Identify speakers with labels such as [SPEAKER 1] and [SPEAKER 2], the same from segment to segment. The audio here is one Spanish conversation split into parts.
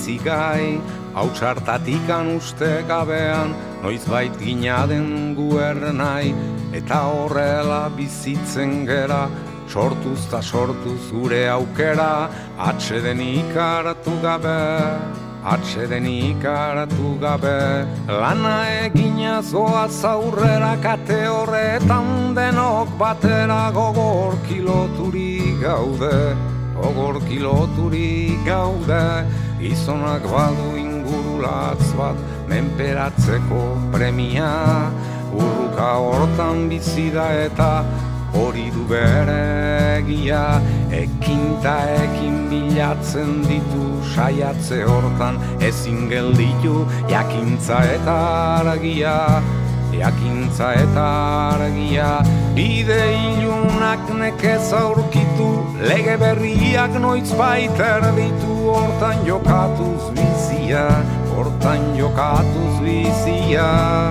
[SPEAKER 1] bizigai, hau txartatikan uste gabean, noizbait ginaden guernai, eta horrela bizitzen gera, sortuz ta sortuz gure aukera, atsedenik hartu gabe, lana eginaz goaz aurrera, kate horretan denok batera gogorki loturik gaude, gizonak badu ingurulatz bat, menperatzeko premia, urruka hortan bizi da eta hori du bere egia, ekin ta ekin bilatzen ditu saiatze hortan, ezin gelditu jakintza eta argia, bide ilunak nekez aurkitu, lege berriak noizbait erditu, hortan jokatuz bizia.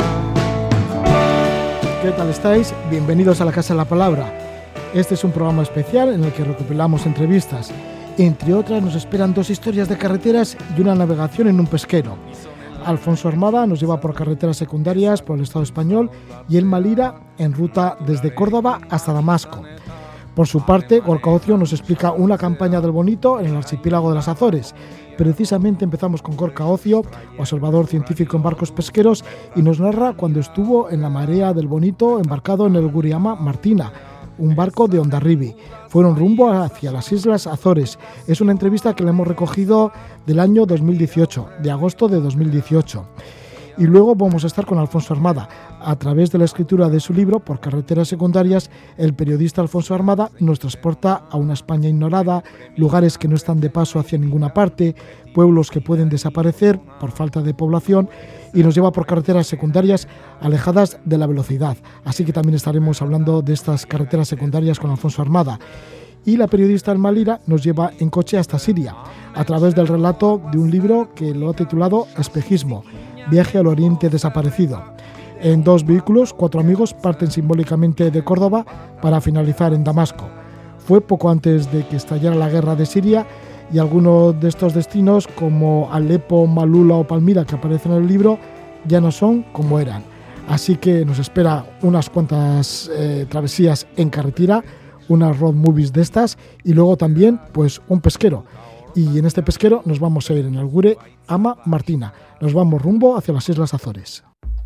[SPEAKER 2] ¿Qué tal estáis? Bienvenidos a la Casa de la Palabra. Este es un programa especial en el que recopilamos entrevistas. Entre otras nos esperan 2 historias de carreteras y una navegación en un pesquero. Alfonso Armada nos lleva por carreteras secundarias por el Estado español y Elma Lira en ruta desde Córdoba hasta Damasco. Por su parte, Gorka Ocio nos explica una campaña del Bonito en el archipiélago de las Azores. Precisamente empezamos con Gorka Ocio, observador científico en barcos pesqueros, y nos narra cuando estuvo en la marea del Bonito embarcado en el Guriama Martina, un barco de Hondarribia. Fueron rumbo hacia las Islas Azores. Es una entrevista que le hemos recogido del año 2018, de agosto de 2018. Y luego vamos a estar con Alfonso Armada. A través de la escritura de su libro, Por carreteras secundarias, el periodista Alfonso Armada nos transporta a una España ignorada, lugares que no están de paso hacia ninguna parte, pueblos que pueden desaparecer por falta de población, y nos lleva por carreteras secundarias alejadas de la velocidad. Así que también estaremos hablando de estas carreteras secundarias con Alfonso Armada. Y la periodista Elma Lira nos lleva en coche hasta Siria, a través del relato de un libro que lo ha titulado Espejismo, Viaje al Oriente Desaparecido. En 2 vehículos, 4 amigos parten simbólicamente de Córdoba para finalizar en Damasco. Fue poco antes de que estallara la guerra de Siria y algunos de estos destinos, como Alepo, Malula o Palmira, que aparecen en el libro, ya no son como eran. Así que nos espera unas cuantas travesías en carretera, unas road movies de estas, y luego también pues un pesquero. Y en este pesquero nos vamos a ir en el Guriama Martina. Nos vamos rumbo hacia las Islas Azores.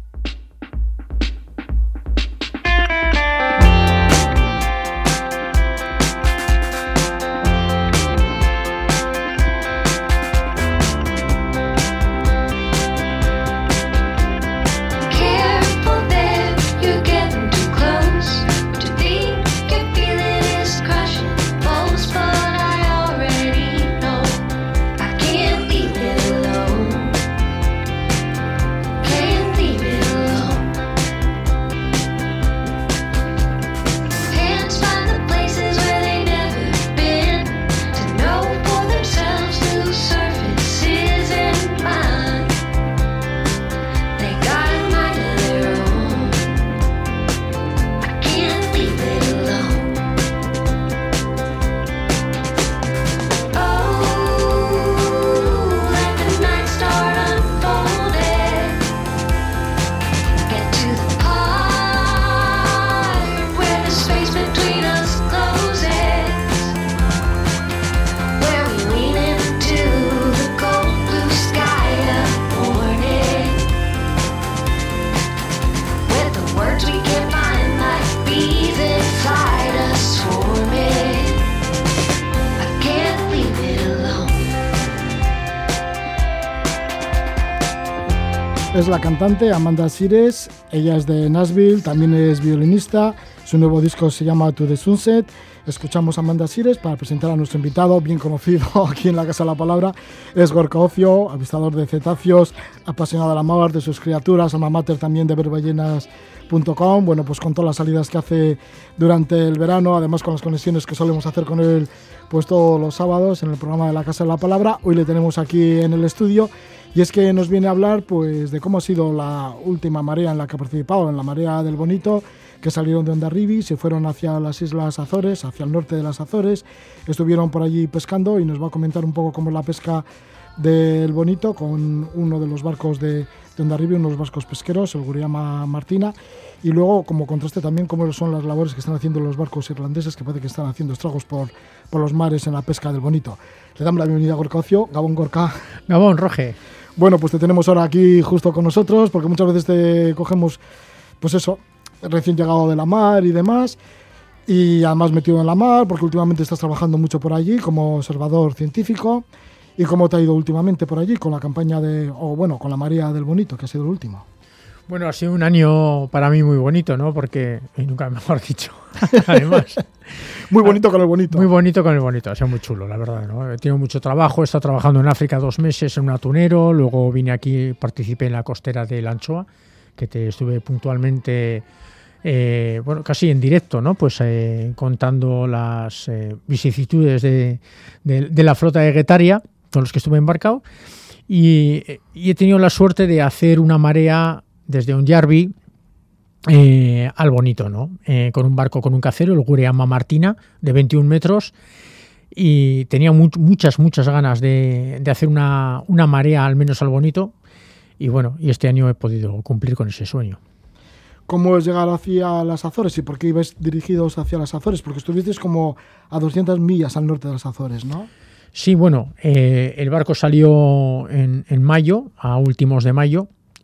[SPEAKER 2] Es la cantante Amanda Sires, ella es de Nashville, también es violinista, su nuevo disco se llama To the Sunset. Escuchamos a Amanda Sires para presentar a nuestro invitado, bien conocido aquí en la Casa de la Palabra. Es Gorka Ocio, avistador de cetáceos, apasionado de la mar, de sus criaturas, alma mater también de verballenas.com. Bueno, pues con todas las salidas que hace durante el verano, además con las conexiones que solemos hacer con él pues todos los sábados en el programa de la Casa de la Palabra. Hoy le tenemos aquí en el estudio y es que nos viene a hablar pues de cómo ha sido la última marea en la que ha participado, en la marea del Bonito, que salieron de Hondarribia, se fueron hacia las Islas Azores, hacia el norte de las Azores, estuvieron por allí pescando y nos va a comentar un poco cómo es la pesca del Bonito con uno de los barcos de Hondarribia, unos barcos pesqueros, el Guriama Martina, y luego como contraste también cómo son las labores que están haciendo los barcos irlandeses, que parece que están haciendo estragos por los mares en la pesca del Bonito. Le damos la bienvenida a Gorka Ocio. Gabón, Gorka.
[SPEAKER 3] Gabón, Roge.
[SPEAKER 2] Bueno, pues te tenemos ahora aquí justo con nosotros, porque muchas veces te cogemos, pues eso, recién llegado de la mar y demás, y además metido en la mar, porque últimamente estás trabajando mucho por allí como observador científico. ¿Y cómo te ha ido últimamente por allí con la campaña con la María del Bonito, que ha sido el último?
[SPEAKER 3] Bueno, ha sido un año para mí muy bonito, ¿no? Porque, y nunca mejor dicho, además.
[SPEAKER 2] Muy bonito con el bonito.
[SPEAKER 3] Muy bonito con el bonito, ha sido muy chulo, la verdad, ¿no? He tenido mucho trabajo, he estado trabajando en África 2 meses en un atunero, luego vine aquí, participé en la costera de la Anchoa, que te estuve puntualmente, casi en directo, ¿no? Pues contando las vicisitudes de la flota de Guetaria, con los que estuve embarcado, y he tenido la suerte de hacer una marea desde Hondarribia al Bonito, ¿no? Con un barco con un cacero, el Guriama Martina, de 21 metros, y tenía muchas ganas de hacer una marea al menos al Bonito, y bueno, y este año he podido cumplir con ese sueño.
[SPEAKER 2] ¿Cómo es llegar hacia las Azores y por qué ibais dirigidos hacia las Azores? Porque estuvisteis como a 200 millas al norte de las Azores, ¿no?
[SPEAKER 3] Sí, bueno, el barco salió en mayo, a últimos de mayo,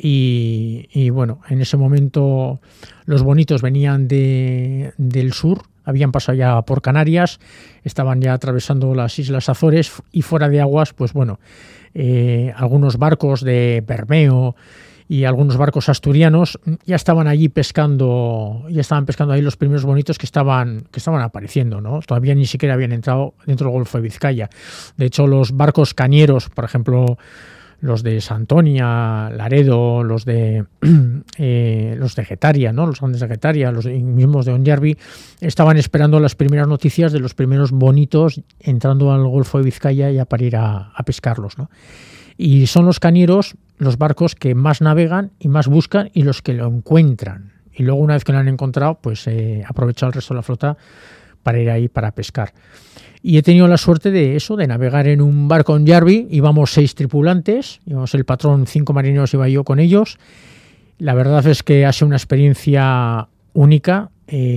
[SPEAKER 3] y bueno, en ese momento los bonitos venían del sur, habían pasado ya por Canarias, estaban ya atravesando las Islas Azores, y fuera de aguas, pues bueno, algunos barcos de Bermeo y algunos barcos asturianos ya estaban allí pescando, ahí los primeros bonitos que estaban apareciendo, ¿no? Todavía ni siquiera habían entrado dentro del Golfo de Vizcaya. De hecho, los barcos cañeros, por ejemplo, los de Santonia, Laredo, los de Guetaria, ¿no? Los grandes de Guetaria, los mismos de Hondarribia, estaban esperando las primeras noticias de los primeros bonitos entrando al Golfo de Vizcaya ya para ir a pescarlos, ¿no? Y son los cañeros los barcos que más navegan y más buscan y los que lo encuentran. Y luego, una vez que lo han encontrado, pues aprovecha el resto de la flota para ir ahí para pescar. Y he tenido la suerte de navegar en un barco en Hondarribia. Íbamos 6 tripulantes, íbamos el patrón, 5 marineros, iba yo con ellos. La verdad es que ha sido una experiencia única.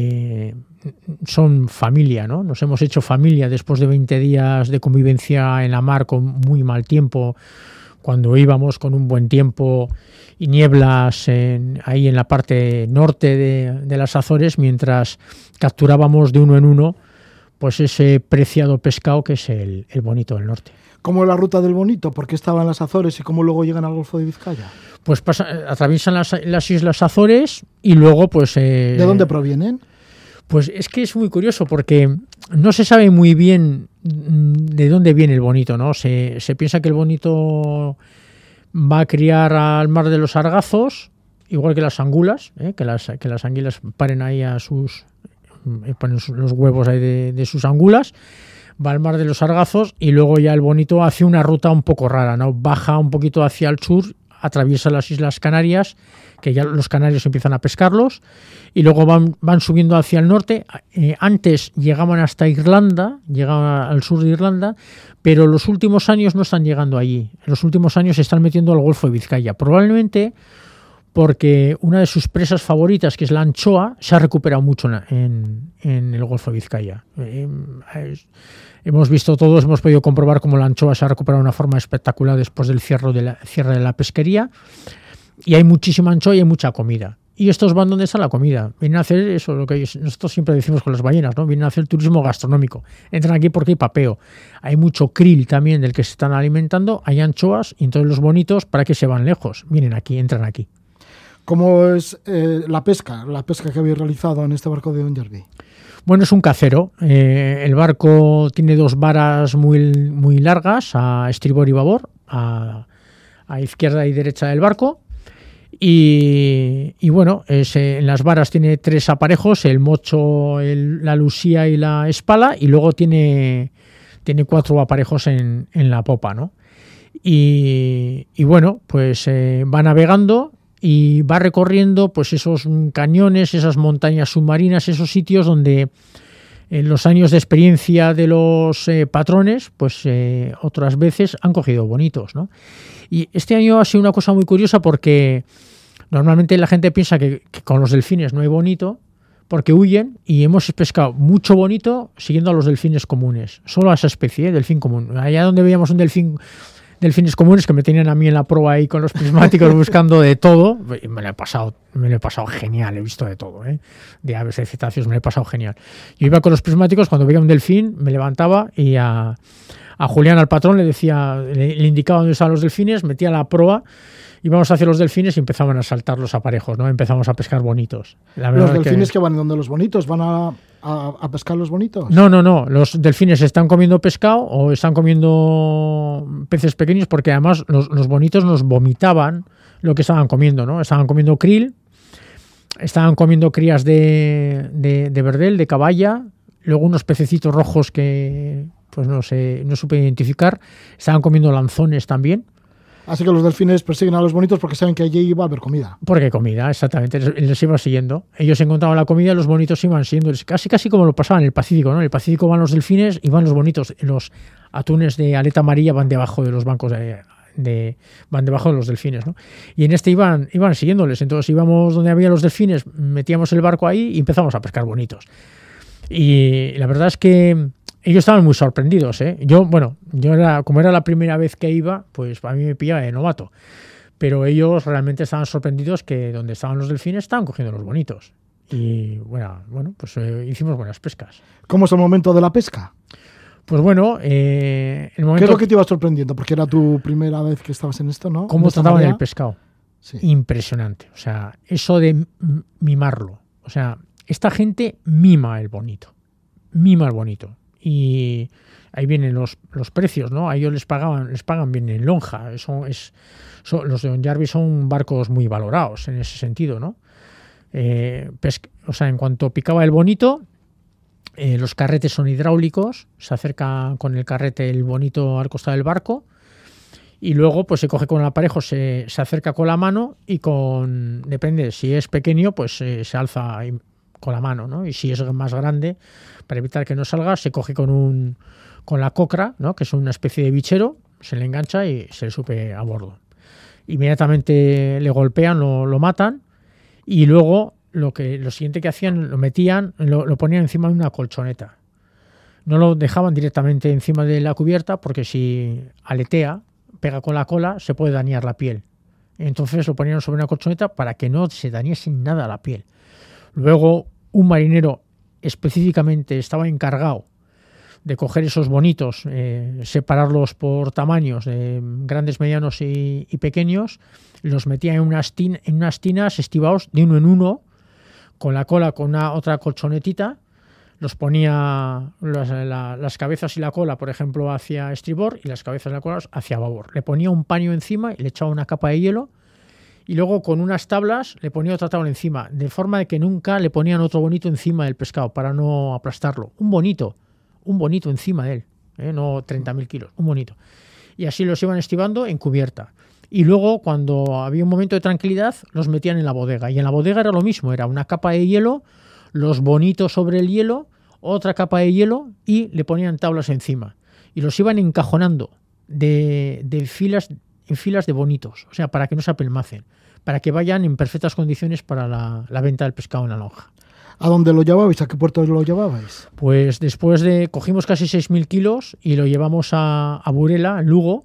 [SPEAKER 3] Son familia, ¿no? Nos hemos hecho familia después de 20 días de convivencia en la mar con muy mal tiempo, cuando íbamos con un buen tiempo y nieblas ahí en la parte norte de las Azores, mientras capturábamos de uno en uno pues ese preciado pescado que es el bonito del norte.
[SPEAKER 2] ¿Cómo es la ruta del bonito? ¿Por qué estaba en las Azores y cómo luego llegan al Golfo de Vizcaya?
[SPEAKER 3] Pues atraviesan las Islas Azores y luego pues...
[SPEAKER 2] ¿De dónde provienen?
[SPEAKER 3] Pues es que es muy curioso porque no se sabe muy bien de dónde viene el bonito, ¿no? Se piensa que el bonito va a criar al mar de los Sargazos, igual que las angulas, que las anguilas paren ahí ponen los huevos ahí de sus angulas, va al mar de los Sargazos y luego ya el bonito hace una ruta un poco rara, ¿no? Baja un poquito hacia el sur, atraviesa las Islas Canarias, que ya los canarios empiezan a pescarlos, y luego van subiendo hacia el norte. Antes llegaban hasta Irlanda, llegaban al sur de Irlanda, pero los últimos años no están llegando allí. En los últimos años se están metiendo al Golfo de Vizcaya, probablemente porque una de sus presas favoritas, que es la anchoa, se ha recuperado mucho en el Golfo de Vizcaya. Hemos visto todos, hemos podido comprobar cómo la anchoa se ha recuperado de una forma espectacular después del cierre de la pesquería, y hay muchísima anchoa y hay mucha comida. Y estos van donde está la comida. Vienen a hacer eso, lo que nosotros siempre decimos con las ballenas, ¿no? Vienen a hacer turismo gastronómico. Entran aquí porque hay papeo. Hay mucho krill también del que se están alimentando, hay anchoas, y entonces los bonitos, ¿para qué se van lejos? Vienen aquí, entran aquí.
[SPEAKER 2] ¿Cómo es la pesca que habéis realizado en este barco de Hondarribia?
[SPEAKER 3] Bueno, es un cacero. El barco tiene 2 varas muy largas, a estribor y babor, a izquierda y derecha del barco. Y bueno, en las varas tiene 3 aparejos, el mocho, la lusía y la espala, y luego tiene 4 aparejos en la popa, ¿no? Y bueno, pues va navegando y va recorriendo pues esos cañones, esas montañas submarinas, esos sitios donde en los años de experiencia de los patrones, pues otras veces han cogido bonitos, ¿no? Y este año ha sido una cosa muy curiosa porque normalmente la gente piensa que con los delfines no hay bonito porque huyen, y hemos pescado mucho bonito siguiendo a los delfines comunes, solo a esa especie, delfín común. Allá donde veíamos un delfines comunes, que me tenían a mí en la proa ahí con los prismáticos buscando de todo, me lo he pasado genial, he visto de todo, de aves, de cetáceos, me lo he pasado genial. Yo iba con los prismáticos, cuando veía un delfín me levantaba y a Julián, al patrón, le indicaba dónde estaban los delfines, metía la proa, íbamos hacia los delfines y empezaban a saltar los aparejos, ¿no? Empezamos a pescar bonitos.
[SPEAKER 2] ¿Los delfines que van donde los bonitos? ¿Van a pescar los bonitos?
[SPEAKER 3] No. Los delfines están comiendo pescado o están comiendo peces pequeños, porque además los bonitos nos vomitaban lo que estaban comiendo, ¿no? Estaban comiendo krill, estaban comiendo crías de verdel, de caballa, luego unos pececitos rojos que pues no supe identificar, estaban comiendo lanzones también.
[SPEAKER 2] Así que los delfines persiguen a los bonitos porque saben que allí va a haber comida.
[SPEAKER 3] Porque hay comida, exactamente. Les iba siguiendo. Ellos encontraban la comida, los bonitos iban siguiéndoles. Casi como lo pasaba en el Pacífico, ¿no? En el Pacífico van los delfines y van los bonitos. Los atunes de aleta amarilla van debajo de los bancos van debajo de los delfines, ¿no? Y en este iban siguiéndoles. Entonces íbamos donde había los delfines, metíamos el barco ahí y empezamos a pescar bonitos. Y la verdad es que ellos estaban muy sorprendidos, ¿eh? Como era la primera vez que iba, pues a mí me pillaba de novato. Pero ellos realmente estaban sorprendidos que donde estaban los delfines estaban cogiendo los bonitos. Y bueno, pues hicimos buenas pescas.
[SPEAKER 2] ¿Cómo es el momento de la pesca?
[SPEAKER 3] Pues bueno, el momento...
[SPEAKER 2] ¿Qué es lo que te iba sorprendiendo? Porque era tu primera vez que estabas en esto, ¿no?
[SPEAKER 3] ¿Cómo trataban el pescado?
[SPEAKER 2] Sí.
[SPEAKER 3] Impresionante. O sea, eso de mimarlo. O sea, esta gente mima el bonito. Y ahí vienen los precios, ¿no? A ellos les pagan bien en lonja. Los de Don Jarvis son barcos muy valorados en ese sentido, ¿no? O sea, en cuanto picaba el bonito, los carretes son hidráulicos, se acerca con el carrete el bonito al costado del barco y luego pues se coge con el aparejo, se acerca con la mano y depende, si es pequeño pues se alza con la mano, ¿no? Y si es más grande, para evitar que no salga, se coge con la cocra, ¿no? Que es una especie de bichero, se le engancha y se le sube a bordo. Inmediatamente le golpean, lo matan y luego lo siguiente que hacían, lo ponían encima de una colchoneta. No lo dejaban directamente encima de la cubierta porque si aletea, pega con la cola, se puede dañar la piel. Entonces lo ponían sobre una colchoneta para que no se dañase nada la piel. Luego un marinero específicamente estaba encargado de coger esos bonitos, separarlos por tamaños, grandes, medianos y pequeños, los metía en unas tinas estivados de uno en uno, con la cola con otra colchonetita, los ponía las cabezas y la cola, por ejemplo, hacia estribor y las cabezas y la cola hacia babor. Le ponía un paño encima y le echaba una capa de hielo y luego con unas tablas le ponía otra tabla encima, de forma de que nunca le ponían otro bonito encima del pescado para no aplastarlo. Un bonito encima de él, no 30.000 kilos, un bonito. Y así los iban estibando en cubierta. Y luego, cuando había un momento de tranquilidad, los metían en la bodega. Y en la bodega era lo mismo, era una capa de hielo, los bonitos sobre el hielo, otra capa de hielo y le ponían tablas encima. Y los iban encajonando en filas de bonitos, o sea, para que no se apelmacen, para que vayan en perfectas condiciones para la venta del pescado en la lonja.
[SPEAKER 2] ¿A dónde lo llevabais? ¿A qué puerto lo llevabais?
[SPEAKER 3] Pues cogimos casi 6.000 kilos y lo llevamos a Burela, en Lugo.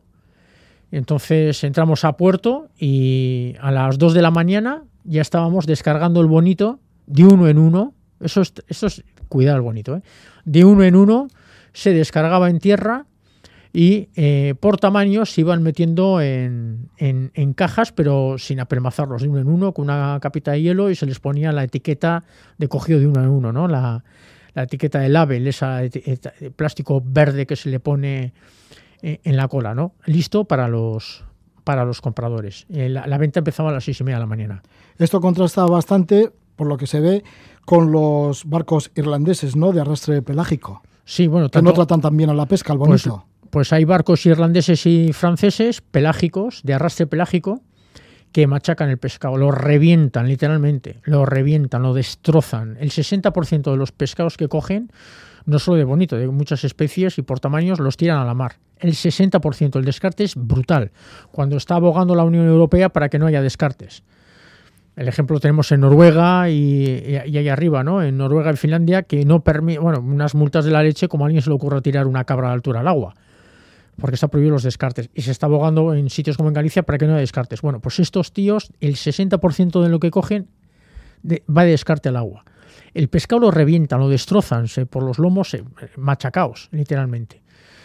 [SPEAKER 3] Entonces entramos a puerto y a las 2 de la mañana ya estábamos descargando el bonito de uno en uno. Eso es cuidar el bonito, ¿eh? De uno en uno se descargaba en tierra y por tamaño se iban metiendo en cajas, pero sin apelmazarlos, de uno en uno, con una capita de hielo, y se les ponía la etiqueta de cogido de uno en uno, ¿no? La etiqueta de label, esa plástico verde que se le pone en la cola, ¿no? Listo para los compradores. La venta empezaba a las 6:30 de la mañana. Esto
[SPEAKER 2] contrasta bastante, por lo que se ve, con los barcos irlandeses, ¿no? De arrastre pelágico.
[SPEAKER 3] Sí, bueno,
[SPEAKER 2] que no tratan tan bien a la pesca, al bonito.
[SPEAKER 3] Pues hay barcos irlandeses y franceses pelágicos, de arrastre pelágico, que machacan el pescado, lo revientan literalmente, lo revientan, lo destrozan. El 60% de los pescados que cogen, no solo de bonito, de muchas especies y por tamaños, los tiran a la mar. El 60%, el descarte es brutal, cuando está abogando la Unión Europea para que no haya descartes. El ejemplo lo tenemos en Noruega y ahí arriba, ¿no? En Noruega y Finlandia, que no permiten, bueno, unas multas de la leche como a alguien se le ocurra tirar una cabra a la altura del agua, porque está prohibido los descartes. Y se está abogando en sitios como en Galicia para que no haya descartes. Bueno, pues estos tíos, el 60% de lo que cogen va de descarte al agua. El pescado lo revientan, lo destrozan, por los lomos machacaos, literalmente.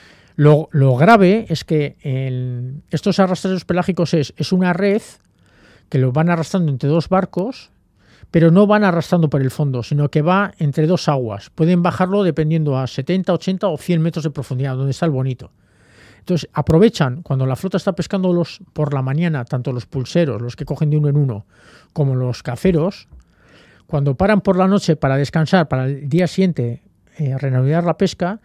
[SPEAKER 3] Lo grave es que estos arrastreros pelágicos es una red que lo van arrastrando entre dos barcos, pero no van arrastrando por el fondo, sino que va entre dos aguas. Pueden bajarlo dependiendo a 70, 80 o 100 metros de profundidad, donde está el bonito. Entonces aprovechan cuando la flota está pescando por la mañana, tanto los pulseros, los que cogen de uno en uno, como los caceros, cuando paran por la noche para descansar, para el día siguiente reanudar la pesca,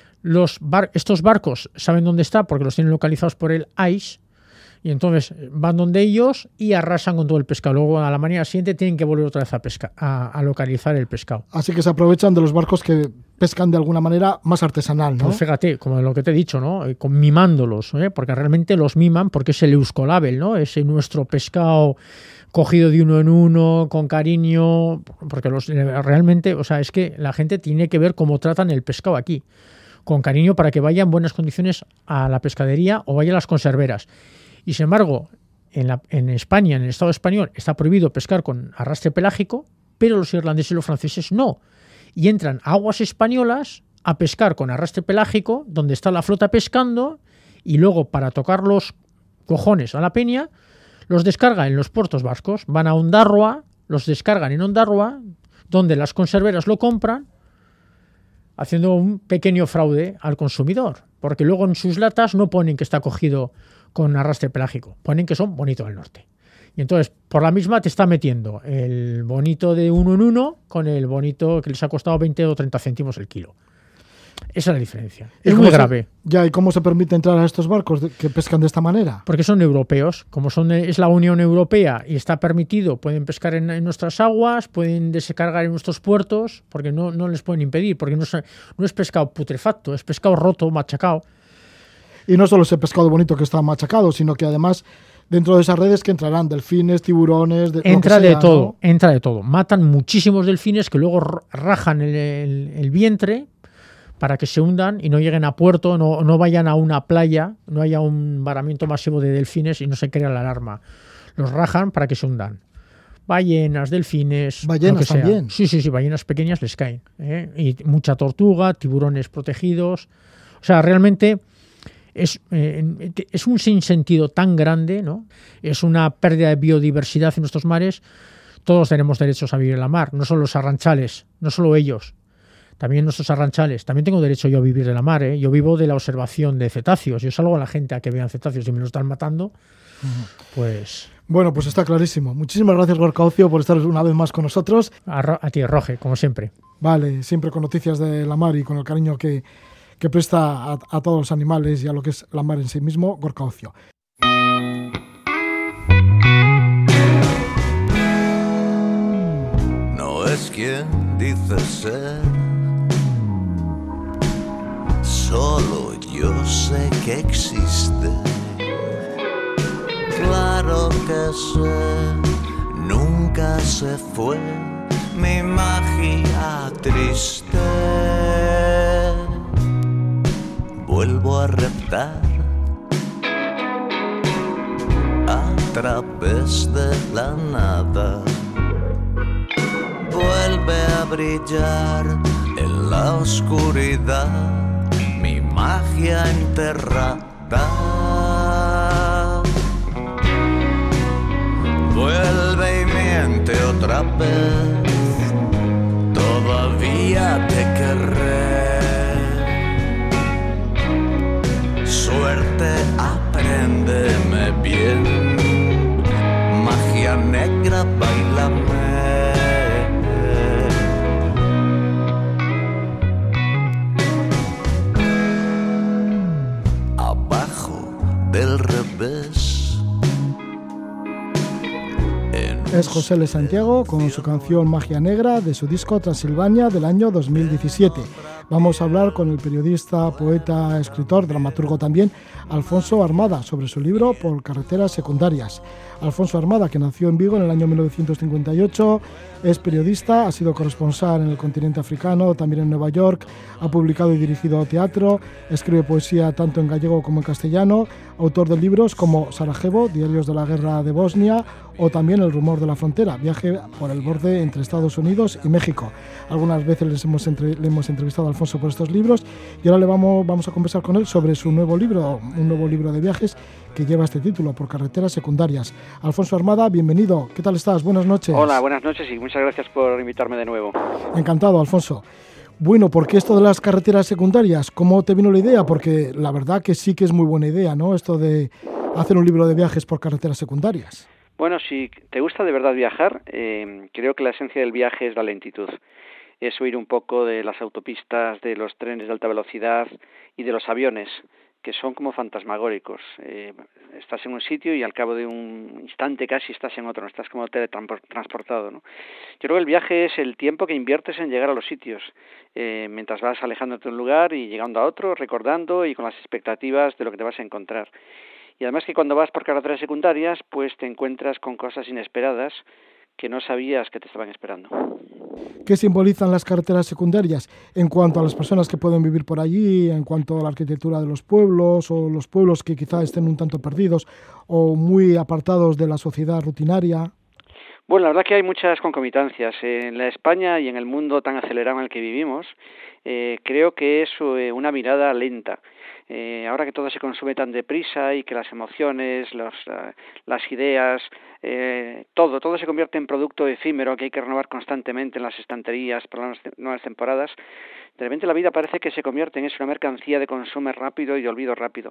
[SPEAKER 3] estos barcos saben dónde está porque los tienen localizados por el ICE, y entonces van donde ellos y arrasan con todo el pescado. Luego a la mañana siguiente tienen que volver otra vez a localizar el pescado.
[SPEAKER 2] Así que se aprovechan de los barcos que pescan de alguna manera más artesanal, ¿no?
[SPEAKER 3] Pues fíjate, como lo que te he dicho, ¿no? Mimándolos, porque realmente los miman porque es el Euskolabel, ¿no? Es nuestro pescado cogido de uno en uno, con cariño, porque realmente, o sea, es que la gente tiene que ver cómo tratan el pescado aquí, con cariño para que vaya en buenas condiciones a la pescadería o vaya a las conserveras. Y sin embargo, en España, en el Estado español, está prohibido pescar con arrastre pelágico, pero los irlandeses y los franceses no. Y entran a aguas españolas a pescar con arrastre pelágico, donde está la flota pescando, y luego para tocar los cojones a la peña, los descargan en los puertos vascos. Van a Ondarroa, los descargan en Ondarroa, donde las conserveras lo compran, haciendo un pequeño fraude al consumidor, porque luego en sus latas no ponen que está cogido con arrastre pelágico, ponen que son bonitos del norte. Y entonces, por la misma te está metiendo el bonito de uno en uno con el bonito que les ha costado 20 o 30 céntimos el kilo. Esa es la diferencia. Es muy grave.
[SPEAKER 2] ¿Y cómo se permite entrar a estos barcos que pescan de esta manera?
[SPEAKER 3] Porque son europeos. Como es la Unión Europea y está permitido, pueden pescar en nuestras aguas, pueden descargar en nuestros puertos, porque no les pueden impedir, porque no es pescado putrefacto, es pescado roto, machacado.
[SPEAKER 2] Y no solo ese pescado bonito que está machacado, sino que además dentro de esas redes que entrarán delfines, tiburones...
[SPEAKER 3] Entra de todo. Matan muchísimos delfines que luego rajan el vientre para que se hundan y no lleguen a puerto, no vayan a una playa, no haya un varamiento masivo de delfines y no se crea la alarma. Los rajan para que se hundan. Ballenas, delfines...
[SPEAKER 2] ¿Ballenas también?
[SPEAKER 3] Sí, ballenas pequeñas les caen. Y mucha tortuga, tiburones protegidos... O sea, realmente... Es un sinsentido tan grande, ¿no? Es una pérdida de biodiversidad en nuestros mares. Todos tenemos derechos a vivir en la mar, no solo los arranchales, no solo ellos, también nuestros arranchales. También tengo derecho yo a vivir de la mar, ¿eh? Yo vivo de la observación de cetáceos. Yo salgo a la gente a que vean cetáceos y me lo están matando, pues...
[SPEAKER 2] Bueno, pues está clarísimo. Muchísimas gracias, Gorka Ocio, por estar una vez más con nosotros.
[SPEAKER 3] A ti, Roge, como siempre.
[SPEAKER 2] Vale, siempre con noticias de la mar y con el cariño que presta a todos los animales y a lo que es la mar en sí mismo, Gorka Ocio.
[SPEAKER 4] No es quien dice ser, solo yo sé que existe. Claro que sé, nunca se fue mi magia triste. Vuelvo a reptar a través de la nada. Vuelve a brillar en la oscuridad mi magia enterrada. Vuelve y miente otra vez, todavía te querré. Suerte, apréndeme bien, magia negra, báilame. Abajo del revés,
[SPEAKER 2] Es José L. Santiago con su canción Magia Negra de su disco Transilvania del año 2017. Vamos a hablar con el periodista, poeta, escritor, dramaturgo también, Alfonso Armada, sobre su libro Por carreteras secundarias. Alfonso Armada, que nació en Vigo en el año 1958, es periodista, ha sido corresponsal en el continente africano, también en Nueva York, ha publicado y dirigido teatro, escribe poesía tanto en gallego como en castellano, autor de libros como Sarajevo, Diarios de la Guerra de Bosnia, o también El rumor de la frontera, viaje por el borde entre Estados Unidos y México. Algunas veces le hemos entrevistado a Alfonso por estos libros y ahora vamos a conversar con él sobre su nuevo libro, un nuevo libro de viajes que lleva este título, Por carreteras secundarias. Alfonso Armada, bienvenido. ¿Qué tal estás? Buenas noches.
[SPEAKER 5] Hola, buenas noches y muchas gracias por invitarme de nuevo.
[SPEAKER 2] Encantado, Alfonso. Bueno, ¿por qué esto de las carreteras secundarias? ¿Cómo te vino la idea? Porque la verdad que sí que es muy buena idea, ¿no? Esto de hacer un libro de viajes por carreteras secundarias.
[SPEAKER 5] Bueno, si te gusta de verdad viajar, creo que la esencia del viaje es la lentitud. Es huir un poco de las autopistas, de los trenes de alta velocidad y de los aviones, que son como fantasmagóricos. Estás en un sitio y al cabo de un instante casi estás en otro, no estás como teletransportado, ¿no? Yo creo que el viaje es el tiempo que inviertes en llegar a los sitios, mientras vas alejándote de un lugar y llegando a otro, recordando y con las expectativas de lo que te vas a encontrar. Y además que cuando vas por carreteras secundarias, pues te encuentras con cosas inesperadas que no sabías que te estaban esperando.
[SPEAKER 2] ¿Qué simbolizan las carreteras secundarias en cuanto a las personas que pueden vivir por allí, en cuanto a la arquitectura de los pueblos o los pueblos que quizá estén un tanto perdidos o muy apartados de la sociedad rutinaria?
[SPEAKER 5] Bueno, la verdad que hay muchas concomitancias. En la España y en el mundo tan acelerado en el que vivimos, creo que es una mirada lenta. Ahora que todo se consume tan deprisa y que las emociones, las ideas, todo se convierte en producto efímero que hay que renovar constantemente en las estanterías para las nuevas temporadas, de repente la vida parece que se convierte en una mercancía de consumo rápido y de olvido rápido.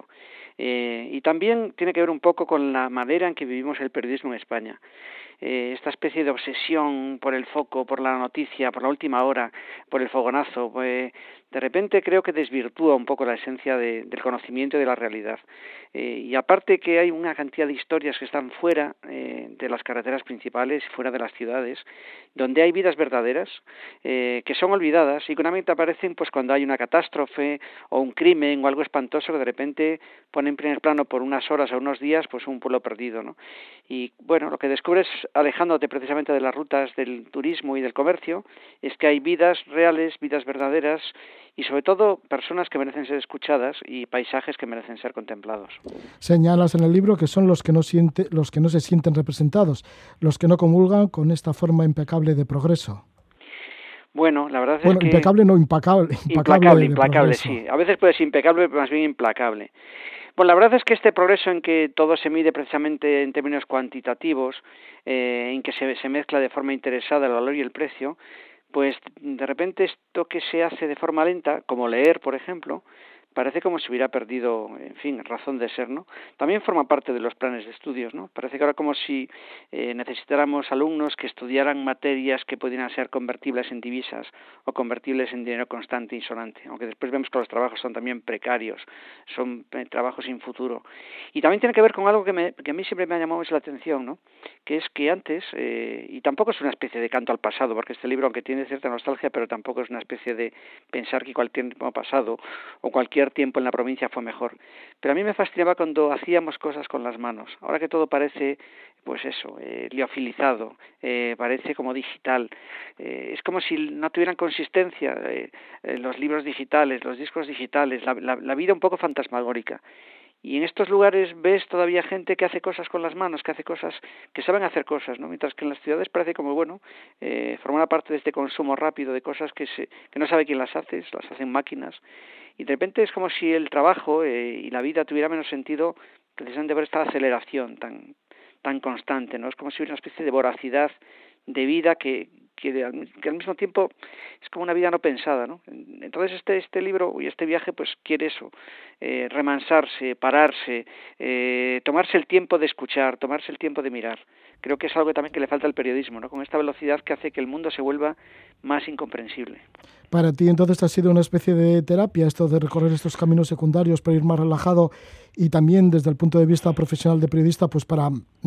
[SPEAKER 5] Y también tiene que ver un poco con la manera en que vivimos el periodismo en España. Esta especie de obsesión por el foco, por la noticia, por la última hora, por el fogonazo, de repente creo que desvirtúa un poco la esencia del conocimiento y de la realidad. Y aparte que hay una cantidad de historias que están fuera de las carreteras principales, fuera de las ciudades, donde hay vidas verdaderas que son olvidadas y que únicamente aparecen pues cuando hay una catástrofe o un crimen o algo espantoso que de repente pone en primer plano por unas horas o unos días pues un pueblo perdido, ¿no? Y bueno, lo que descubres alejándote precisamente de las rutas del turismo y del comercio es que hay vidas reales, vidas verdaderas y sobre todo personas que merecen ser escuchadas y paisajes que merecen ser contemplados.
[SPEAKER 2] Señalas en el libro que son los que no se sienten representados, los que no comulgan con esta forma impecable de progreso.
[SPEAKER 5] Bueno, la verdad es que...
[SPEAKER 2] impecable no, implacable.
[SPEAKER 5] Implacable, sí. A veces puede ser impecable, pero más bien implacable. Bueno, la verdad es que este progreso en que todo se mide precisamente en términos cuantitativos, en que se mezcla de forma interesada el valor y el precio, pues de repente esto que se hace de forma lenta, como leer, por ejemplo, parece como si hubiera perdido, en fin, razón de ser, ¿no? También forma parte de los planes de estudios, ¿no? Parece que ahora como si necesitáramos alumnos que estudiaran materias que pudieran ser convertibles en divisas o convertibles en dinero constante y sonante, aunque después vemos que los trabajos son también precarios, son trabajos sin futuro. Y también tiene que ver con algo que a mí siempre me ha llamado mucho la atención, ¿no? Que es que antes, y tampoco es una especie de canto al pasado, porque este libro, aunque tiene cierta nostalgia, pero tampoco es una especie de pensar que cualquier tiempo pasado o cualquier tiempo en la provincia fue mejor. Pero a mí me fascinaba cuando hacíamos cosas con las manos. Ahora que todo parece, pues eso, liofilizado, parece como digital. Es como si no tuvieran consistencia los libros digitales, los discos digitales, la vida un poco fantasmagórica. Y en estos lugares ves todavía gente que hace cosas con las manos, que hace cosas, que saben hacer cosas, ¿no? Mientras que en las ciudades parece como, bueno, formar parte de este consumo rápido de cosas que no sabe quién las hacen máquinas. Y de repente es como si el trabajo y la vida tuviera menos sentido precisamente por esta aceleración tan constante, ¿no? Es como si hubiera una especie de voracidad de vida que al mismo tiempo es como una vida no pensada, ¿no? Entonces este libro y este viaje pues quiere eso, remansarse, pararse, tomarse el tiempo de escuchar, tomarse el tiempo de mirar. Creo que es algo también que le falta al periodismo, ¿no? Con esta velocidad que hace que el mundo se vuelva más incomprensible. Para ti entonces ha sido una especie de terapia esto de recorrer estos caminos secundarios para ir más relajado y también desde el punto de vista profesional de periodista pues para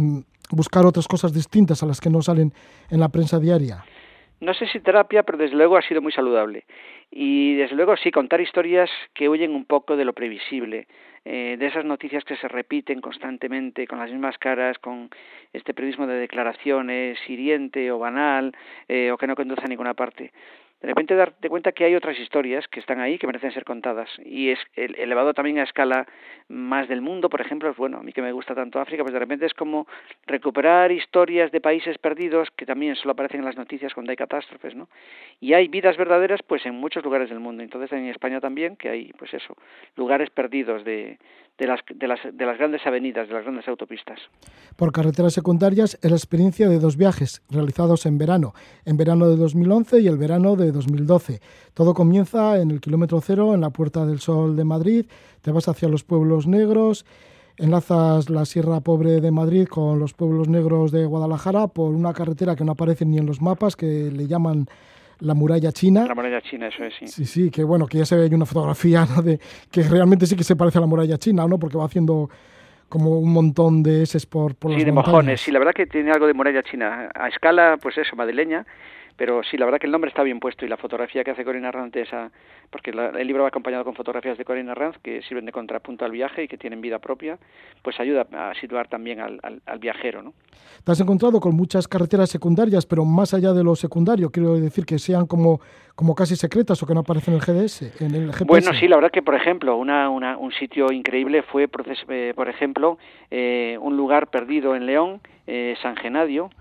[SPEAKER 2] buscar otras cosas distintas a las que no salen en la prensa diaria?
[SPEAKER 5] No sé si terapia, pero desde luego ha sido muy saludable. Y desde luego sí, contar historias que huyen un poco de lo previsible, de esas noticias que se repiten constantemente con las mismas caras, con este periodismo de declaraciones hiriente o banal, o que no conduce a ninguna parte. De repente darte cuenta que hay otras historias que están ahí que merecen ser contadas, y es elevado también a escala más del mundo. Por ejemplo, bueno, a mí que me gusta tanto África, pues de repente es como recuperar historias de países perdidos que también solo aparecen en las noticias cuando hay catástrofes, ¿no? Y hay vidas verdaderas pues en muchos lugares del mundo. Entonces en España también, que hay pues eso, lugares perdidos de las grandes avenidas, de las grandes autopistas.
[SPEAKER 2] Por carreteras secundarias es la experiencia de 2 viajes realizados en verano de 2011 y el verano de 2012. Todo comienza en el kilómetro 0, en la Puerta del Sol de Madrid, te vas hacia los pueblos negros, enlazas la Sierra Pobre de Madrid con los pueblos negros de Guadalajara por una carretera que no aparece ni en los mapas, que le llaman la muralla china.
[SPEAKER 5] La muralla china, eso es, sí.
[SPEAKER 2] Sí, que bueno, que ya se ve una fotografía, ¿no?, de que realmente sí que se parece a la muralla china, ¿no?, porque va haciendo como un montón de eses por las montañas.
[SPEAKER 5] Sí, de mojones, sí, la verdad que tiene algo de muralla china, a escala, pues eso, madrileña, pero sí, la verdad que el nombre está bien puesto, y la fotografía que hace Corinna Arranz, porque el libro va acompañado con fotografías de Corinna Arranz que sirven de contrapunto al viaje y que tienen vida propia, pues ayuda a situar también al viajero, ¿no?
[SPEAKER 2] Te has encontrado con muchas carreteras secundarias, pero más allá de lo secundario, quiero decir que sean como casi secretas o que no aparecen en el GPS.
[SPEAKER 5] Bueno, sí, la verdad que, por ejemplo, un sitio increíble fue, por ejemplo, un lugar perdido en León, San Genadio.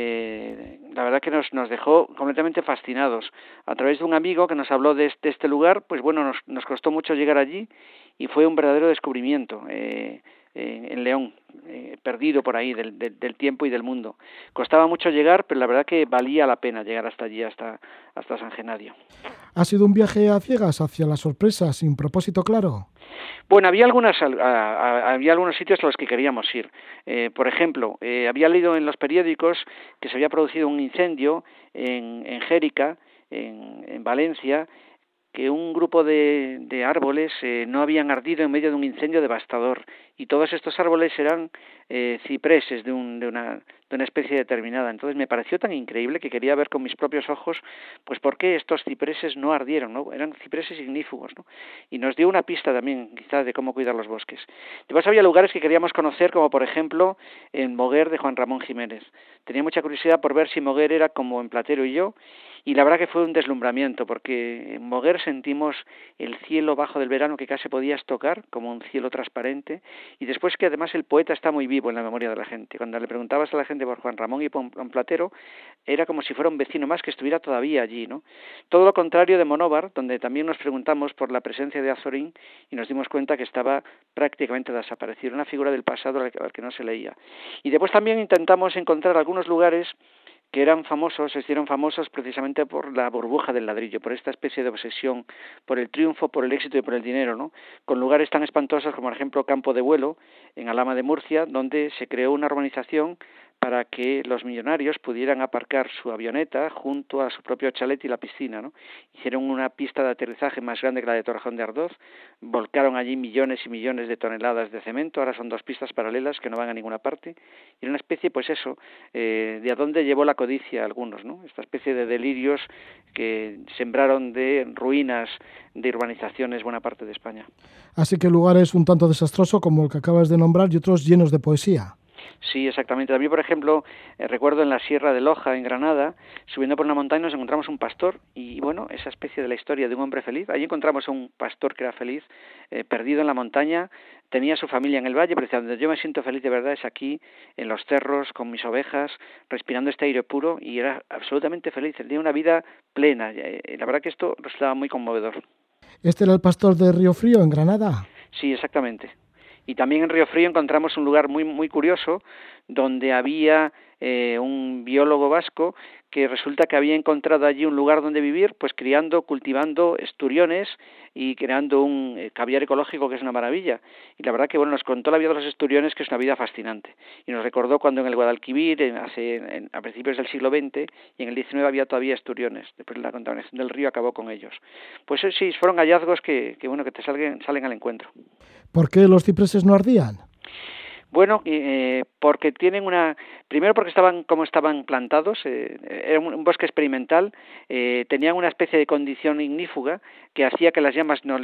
[SPEAKER 5] La verdad que nos dejó completamente fascinados. A través de un amigo que nos habló de este lugar, pues bueno, nos costó mucho llegar allí y fue un verdadero descubrimiento en León, perdido por ahí del tiempo y del mundo. Costaba mucho llegar, pero la verdad que valía la pena llegar hasta allí, hasta San Genadio.
[SPEAKER 2] ¿Ha sido un viaje a ciegas hacia la sorpresa, sin propósito claro?
[SPEAKER 5] Bueno, había algunos sitios a los que queríamos ir. Por ejemplo, había leído en los periódicos que se había producido un incendio en Jérica, en Valencia, que un grupo de árboles no habían ardido en medio de un incendio devastador, y todos estos árboles eran cipreses de una especie determinada. Entonces me pareció tan increíble que quería ver con mis propios ojos pues por qué estos cipreses no ardieron, ¿no? Eran cipreses ignífugos, ¿no? Y nos dio una pista también quizás de cómo cuidar los bosques. Después había lugares que queríamos conocer, como por ejemplo en Moguer de Juan Ramón Jiménez. Tenía mucha curiosidad por ver si Moguer era como en Platero y yo, y la verdad que fue un deslumbramiento, porque en Moguer sentimos el cielo bajo del verano que casi podías tocar, como un cielo transparente, y después que además el poeta está muy vivo en la memoria de la gente. Cuando le preguntabas a la gente por Juan Ramón y por Platero, era como si fuera un vecino más que estuviera todavía allí, ¿no? Todo lo contrario de Monóvar, donde también nos preguntamos por la presencia de Azorín y nos dimos cuenta que estaba prácticamente desaparecido, una figura del pasado al que no se leía. Y después también intentamos encontrar algunos lugares que se hicieron famosos precisamente por la burbuja del ladrillo, por esta especie de obsesión, por el triunfo, por el éxito y por el dinero, ¿no? Con lugares tan espantosos como, por ejemplo, Campo de Vuelo, en Alhama de Murcia, donde se creó una urbanización para que los millonarios pudieran aparcar su avioneta junto a su propio chalet y la piscina, ¿no? Hicieron una pista de aterrizaje más grande que la de Torrejón de Ardoz, volcaron allí millones y millones de toneladas de cemento, ahora son 2 pistas paralelas que no van a ninguna parte, y era una especie, pues eso, de a dónde llevó la codicia a algunos, ¿no? Esta especie de delirios que sembraron de ruinas de urbanizaciones buena parte de España.
[SPEAKER 2] Así que lugares un tanto desastrosos como el que acabas de nombrar y otros llenos de poesía.
[SPEAKER 5] Sí, exactamente. También, por ejemplo, recuerdo en la Sierra de Loja, en Granada, subiendo por una montaña nos encontramos un pastor y, bueno, esa especie de la historia de un hombre feliz. Allí encontramos a un pastor que era feliz, perdido en la montaña, tenía su familia en el valle, pero decía, donde yo me siento feliz de verdad es aquí, en los cerros, con mis ovejas, respirando este aire puro, y era absolutamente feliz. Él tenía una vida plena. La verdad que esto resultaba muy conmovedor.
[SPEAKER 2] ¿Este era el pastor de Río Frío, en Granada?
[SPEAKER 5] Sí, exactamente. Y también en Río Frío encontramos un lugar muy, muy curioso donde había un biólogo vasco que resulta que había encontrado allí un lugar donde vivir, pues cultivando esturiones y creando un caviar ecológico que es una maravilla. Y la verdad que bueno, nos contó la vida de los esturiones, que es una vida fascinante. Y nos recordó cuando en el Guadalquivir, a principios del siglo XX, y en el XIX había todavía esturiones. Después la contaminación del río acabó con ellos. Pues sí, fueron hallazgos que te salen al encuentro.
[SPEAKER 2] ¿Por qué los cipreses no ardían?
[SPEAKER 5] Bueno, porque tienen primero porque estaban plantados, era un bosque experimental, tenían una especie de condición ignífuga que hacía que las llamas no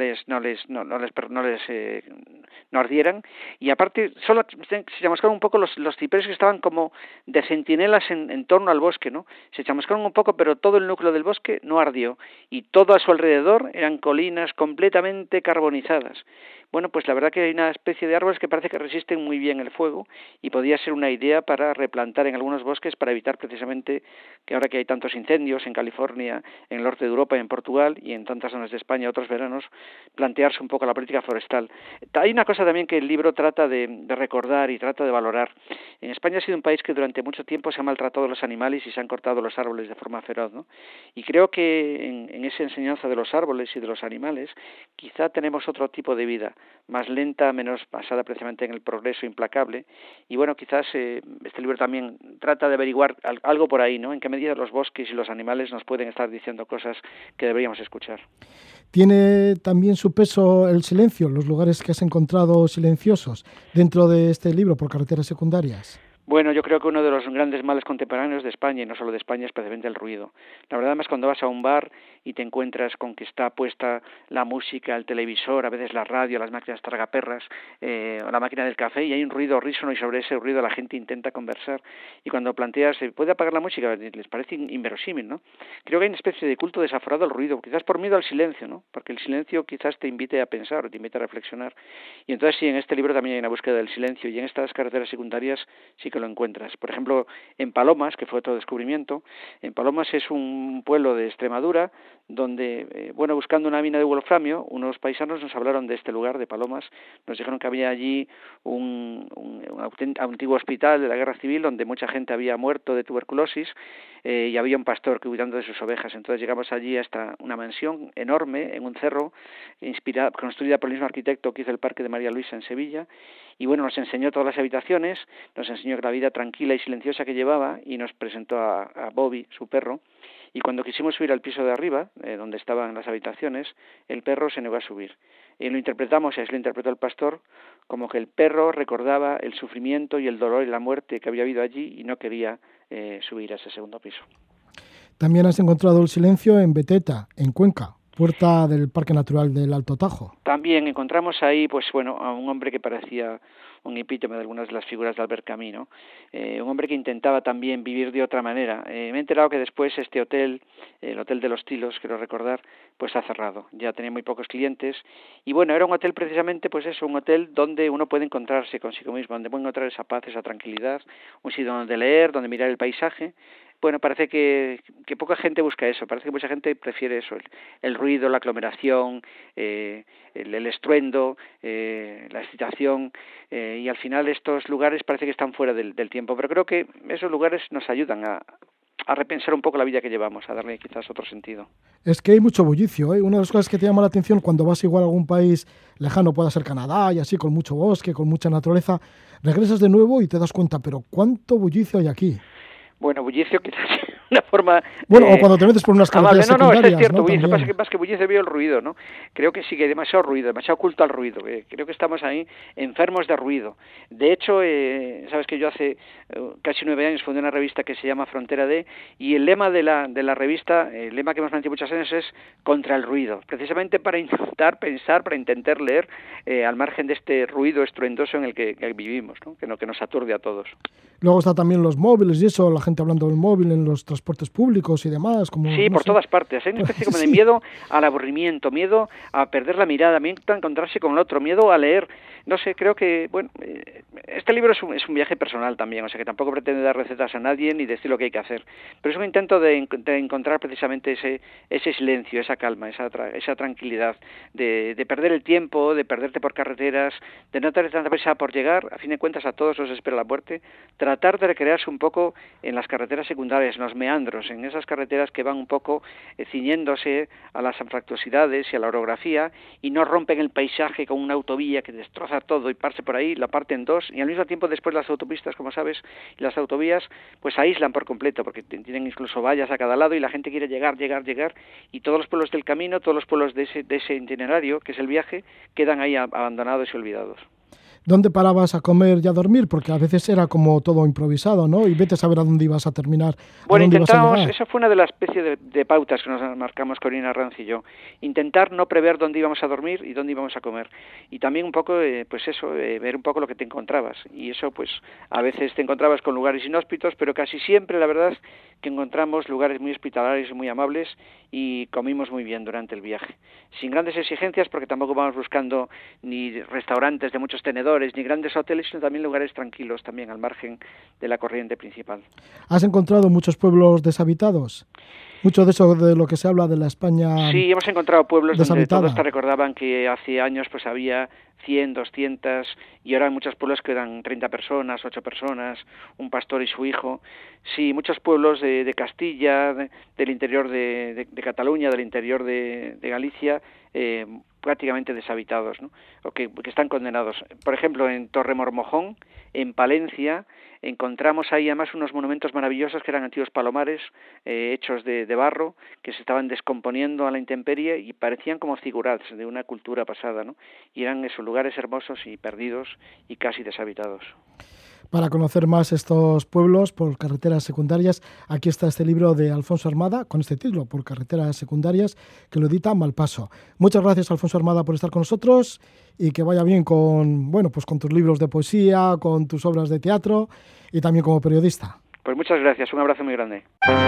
[SPEAKER 5] ardieran, y aparte solo se chamuscaron un poco los cipreses que estaban como de centinelas en torno al bosque, ¿no? Se chamuscaron un poco, pero todo el núcleo del bosque no ardió, y todo a su alrededor eran colinas completamente carbonizadas. Bueno, pues la verdad que hay una especie de árboles que parece que resisten muy bien el fuego, y podría ser una idea para replantar en algunos bosques para evitar precisamente que ahora que hay tantos incendios en California, en el norte de Europa, en Portugal y en tantas zonas de España otros veranos, plantearse un poco la política forestal. Hay una cosa también que el libro trata de recordar y trata de valorar. En España ha sido un país que durante mucho tiempo se ha maltratado a los animales y se han cortado los árboles de forma feroz, ¿no? Y creo que en esa enseñanza de los árboles y de los animales quizá tenemos otro tipo de vida, más lenta, menos basada precisamente en el progreso implacable. Y bueno, quizás este libro también trata de averiguar algo por ahí, ¿no? En qué medida los bosques y los animales nos pueden estar diciendo cosas que deberíamos escuchar.
[SPEAKER 2] ¿Tiene también su peso el silencio, los lugares que has encontrado silenciosos dentro de este libro por carreteras secundarias?
[SPEAKER 5] Bueno, yo creo que uno de los grandes males contemporáneos de España, y no solo de España, es precisamente el ruido. La verdad, además, cuando vas a un bar y te encuentras con que está puesta la música, el televisor, a veces la radio, las máquinas tragaperras, o la máquina del café, y hay un ruido horrísono, y sobre ese ruido la gente intenta conversar, y cuando planteas, ¿puede apagar la música?, les parece inverosímil, ¿no? Creo que hay una especie de culto desaforado al ruido, quizás por miedo al silencio, ¿no? Porque el silencio quizás te invite a pensar o te invite a reflexionar. Y entonces sí, en este libro también hay una búsqueda del silencio, y en estas carreteras secundarias sí que lo encuentras. Por ejemplo, en Palomas, que fue otro descubrimiento, en Palomas es un pueblo de Extremadura donde, buscando una mina de wolframio, unos paisanos nos hablaron de este lugar, de Palomas, nos dijeron que había allí un antiguo hospital de la Guerra Civil donde mucha gente había muerto de tuberculosis, y había un pastor que cuidando de sus ovejas. Entonces llegamos allí hasta una mansión enorme en un cerro, construida por el mismo arquitecto que hizo el Parque de María Luisa en Sevilla, y bueno, nos enseñó todas las habitaciones, nos enseñó la vida tranquila y silenciosa que llevaba, y nos presentó a Bobby, su perro, y cuando quisimos subir al piso de arriba, donde estaban las habitaciones, el perro se negó a subir. Y lo interpretamos, y así lo interpretó el pastor, como que el perro recordaba el sufrimiento y el dolor y la muerte que había habido allí y no quería subir a ese segundo piso.
[SPEAKER 2] También has encontrado el silencio en Beteta, en Cuenca, puerta del Parque Natural del Alto Tajo.
[SPEAKER 5] También encontramos ahí, a un hombre que parecía un epítome de algunas de las figuras de Albert Camus, ¿no? Un hombre que intentaba también vivir de otra manera. Me he enterado que después este hotel, el Hotel de los Tilos, quiero recordar, pues ha cerrado. Ya tenía muy pocos clientes. Y bueno, era un hotel precisamente, un hotel donde uno puede encontrarse consigo mismo, donde puede encontrar esa paz, esa tranquilidad, un sitio donde leer, donde mirar el paisaje. Bueno, parece que poca gente busca eso, parece que mucha gente prefiere eso, el ruido, la aglomeración, el estruendo, la excitación, y al final estos lugares parece que están fuera del tiempo, pero creo que esos lugares nos ayudan a repensar un poco la vida que llevamos, a darle quizás otro sentido.
[SPEAKER 2] Es que hay mucho bullicio, ¿eh? Una de las cosas que te llama la atención cuando vas igual a algún país lejano, pueda ser Canadá, y así, con mucho bosque, con mucha naturaleza, regresas de nuevo y te das cuenta, pero ¿cuánto bullicio hay aquí?
[SPEAKER 5] Bueno, bullicio quizás una forma...
[SPEAKER 2] o cuando te metes por unas carreteras secundarias,
[SPEAKER 5] es cierto,
[SPEAKER 2] ¿no?
[SPEAKER 5] bullicio, pasa que más que bullicio veo el ruido, ¿no? Creo que sí que hay demasiado ruido, demasiado culto al ruido, creo que estamos ahí enfermos de ruido. De hecho, sabes que yo hace casi 9 años fundé una revista que se llama Frontera D, y el lema de la revista, el lema que hemos mantenido muchos años es contra el ruido, precisamente para intentar pensar, para intentar leer al margen de este ruido estruendoso en el que vivimos, ¿no? Que nos aturde a todos.
[SPEAKER 2] Luego está también los móviles y eso, la gente hablando del móvil en los transportes públicos y demás.
[SPEAKER 5] Sí, por todas partes. Hay una especie como de miedo al aburrimiento, miedo a perder la mirada, miedo a encontrarse con el otro, miedo a leer. No sé, creo que, este libro es un viaje personal también, o sea que tampoco pretende dar recetas a nadie ni decir lo que hay que hacer. Pero es un intento de encontrar precisamente ese silencio, esa calma, esa tranquilidad, de perder el tiempo, de perderte por carreteras, de no tener tanta prisa por llegar. A fin de cuentas, a todos nos espera la muerte. Tratar de recrearse un poco en las carreteras secundarias, en los meandros, en esas carreteras que van un poco ciñéndose a las anfractuosidades y a la orografía y no rompen el paisaje con una autovía que destroza todo y parse por ahí, la parte en dos, y al mismo tiempo después las autopistas, como sabes, y las autovías pues aíslan por completo porque tienen incluso vallas a cada lado y la gente quiere llegar, y todos los pueblos del camino, todos los pueblos de ese itinerario, que es el viaje, quedan ahí abandonados y olvidados.
[SPEAKER 2] ¿Dónde parabas a comer y a dormir? Porque a veces era como todo improvisado, ¿no? Y vete a saber a dónde ibas a terminar.
[SPEAKER 5] Bueno, intentamos, eso fue una de las especies de pautas que nos marcamos Corina Arranz y yo. Intentar no prever dónde íbamos a dormir y dónde íbamos a comer. Y también un poco, ver un poco lo que te encontrabas. Y eso, pues, a veces te encontrabas con lugares inhóspitos, pero casi siempre, la verdad, que encontramos lugares muy hospitalarios y muy amables y comimos muy bien durante el viaje. Sin grandes exigencias, porque tampoco vamos buscando ni restaurantes de muchos tenedores, ni grandes hoteles, sino también lugares tranquilos, también al margen de la corriente principal.
[SPEAKER 2] ¿Has encontrado muchos pueblos deshabitados? Mucho de eso de lo que se habla de la España.
[SPEAKER 5] Sí, hemos encontrado pueblos
[SPEAKER 2] deshabitada.
[SPEAKER 5] donde todos te recordaban que hace años pues había 100, 200, y ahora en muchos pueblos quedan 30 personas, 8 personas, un pastor y su hijo. Sí, muchos pueblos de Castilla, del interior de Cataluña, del interior de Galicia, prácticamente deshabitados, ¿no? O que están condenados. Por ejemplo, en Torremormojón, en Palencia, encontramos ahí además unos monumentos maravillosos que eran antiguos palomares hechos de barro, que se estaban descomponiendo a la intemperie y parecían como figurats de una cultura pasada, ¿no? Y eran esos lugares hermosos y perdidos y casi deshabitados.
[SPEAKER 2] Para conocer más estos pueblos por carreteras secundarias, aquí está este libro de Alfonso Armada, con este título, Por carreteras secundarias, que lo edita Malpaso. Muchas gracias, Alfonso Armada, por estar con nosotros y que vaya bien con tus libros de poesía, con tus obras de teatro y también como periodista.
[SPEAKER 5] Pues muchas gracias, un abrazo muy grande.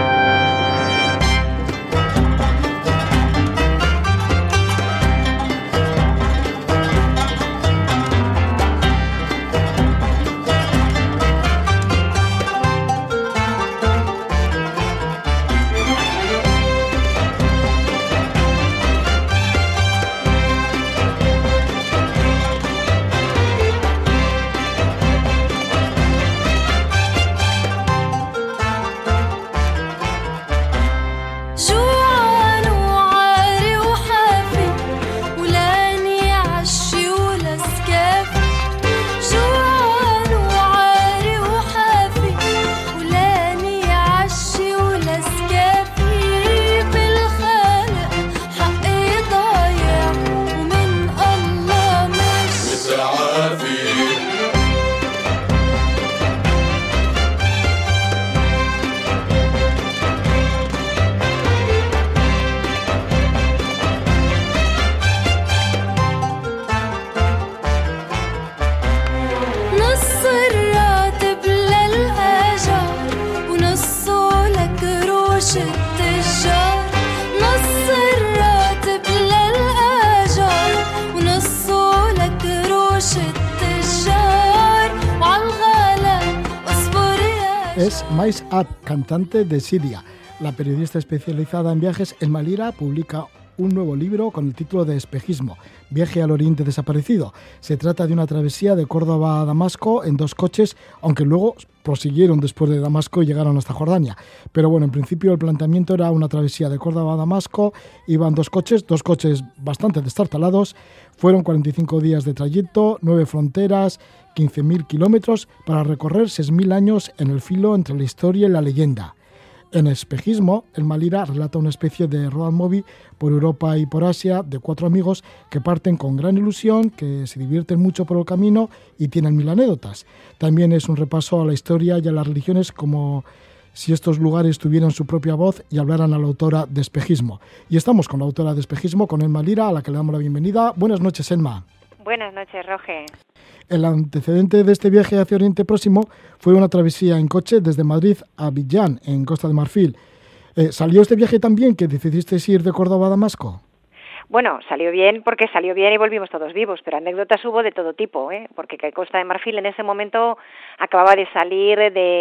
[SPEAKER 2] Es Mais Ad, cantante de Siria. La periodista especializada en viajes, Elma Lira, publica un nuevo libro con el título de Espejismo, Viaje al Oriente Desaparecido. Se trata de una travesía de Córdoba a Damasco en 2 coches, aunque luego prosiguieron después de Damasco y llegaron hasta Jordania. Pero bueno, en principio el planteamiento era una travesía de Córdoba a Damasco, iban 2 coches bastante destartalados, fueron 45 días de trayecto, 9 fronteras, 15.000 kilómetros para recorrer 6.000 años en el filo entre la historia y la leyenda. En Espejismo, Elma Lira relata una especie de road movie por Europa y por Asia de 4 amigos que parten con gran ilusión, que se divierten mucho por el camino y tienen 1000 anécdotas. También es un repaso a la historia y a las religiones, como si estos lugares tuvieran su propia voz y hablaran a la autora de Espejismo. Y estamos con la autora de Espejismo, con Elma Lira, a la que le damos la bienvenida. Buenas noches, Elma.
[SPEAKER 6] Buenas noches, Roge.
[SPEAKER 2] El antecedente de este viaje hacia Oriente Próximo fue una travesía en coche desde Madrid a Abiyán, en Costa de Marfil. ¿Salió este viaje tan bien que decidisteis ir de Córdoba a Damasco?
[SPEAKER 6] Bueno, salió bien porque salió bien y volvimos todos vivos, pero anécdotas hubo de todo tipo, porque Costa de Marfil en ese momento acababa de salir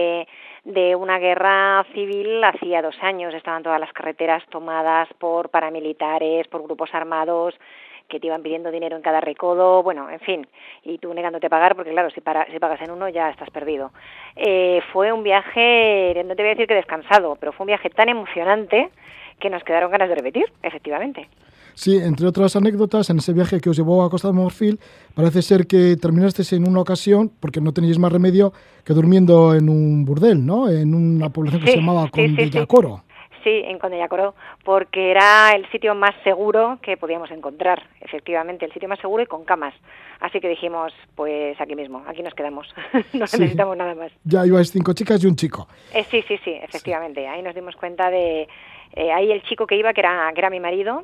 [SPEAKER 6] de una guerra civil hacía 2 años. Estaban todas las carreteras tomadas por paramilitares, por grupos armados, que te iban pidiendo dinero en cada recodo, bueno, en fin, y tú negándote a pagar, porque claro, si pagas en uno ya estás perdido. Fue un viaje, no te voy a decir que descansado, pero fue un viaje tan emocionante que nos quedaron ganas de repetir, efectivamente.
[SPEAKER 2] Sí, entre otras anécdotas, en ese viaje que os llevó a Costa de Marfil, parece ser que terminasteis en una ocasión, porque no teníais más remedio que durmiendo en un burdel, ¿no? En una población que se llamaba Condillacoro.
[SPEAKER 6] en Conde Yacoró, porque era el sitio más seguro que podíamos encontrar, efectivamente, el sitio más seguro y con camas. Así que dijimos, pues aquí mismo, aquí nos quedamos, no necesitamos nada más.
[SPEAKER 2] Ya ibais 5 chicas y un chico.
[SPEAKER 6] Sí, efectivamente, ahí nos dimos cuenta de... ahí el chico que iba, que era mi marido,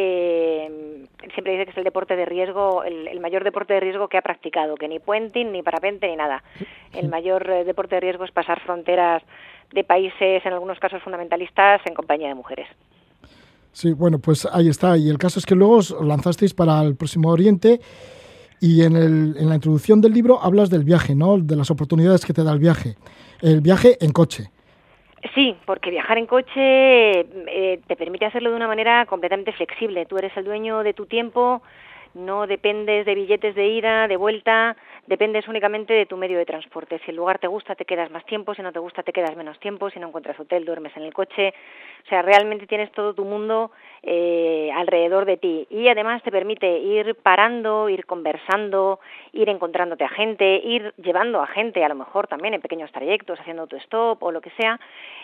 [SPEAKER 6] siempre dice que es el deporte de riesgo, el mayor deporte de riesgo que ha practicado, que ni puenting, ni parapente, ni nada. El mayor deporte de riesgo es pasar fronteras de países, en algunos casos fundamentalistas, en compañía de mujeres.
[SPEAKER 2] Sí, bueno, pues ahí está. Y el caso es que luego os lanzasteis para el Próximo Oriente y en la introducción del libro hablas del viaje, ¿no? De las oportunidades que te da el viaje. El viaje en coche.
[SPEAKER 6] Sí, porque viajar en coche te permite hacerlo de una manera completamente flexible. Tú eres el dueño de tu tiempo, no dependes de billetes de ida, de vuelta, dependes únicamente de tu medio de transporte. Si el lugar te gusta, te quedas más tiempo, si no te gusta, te quedas menos tiempo, si no encuentras hotel, duermes en el coche. O sea, realmente tienes todo tu mundo alrededor de ti. Y además te permite ir parando, ir conversando, ir encontrándote a gente, ir llevando a gente, a lo mejor también en pequeños trayectos, haciendo autostop o lo que sea,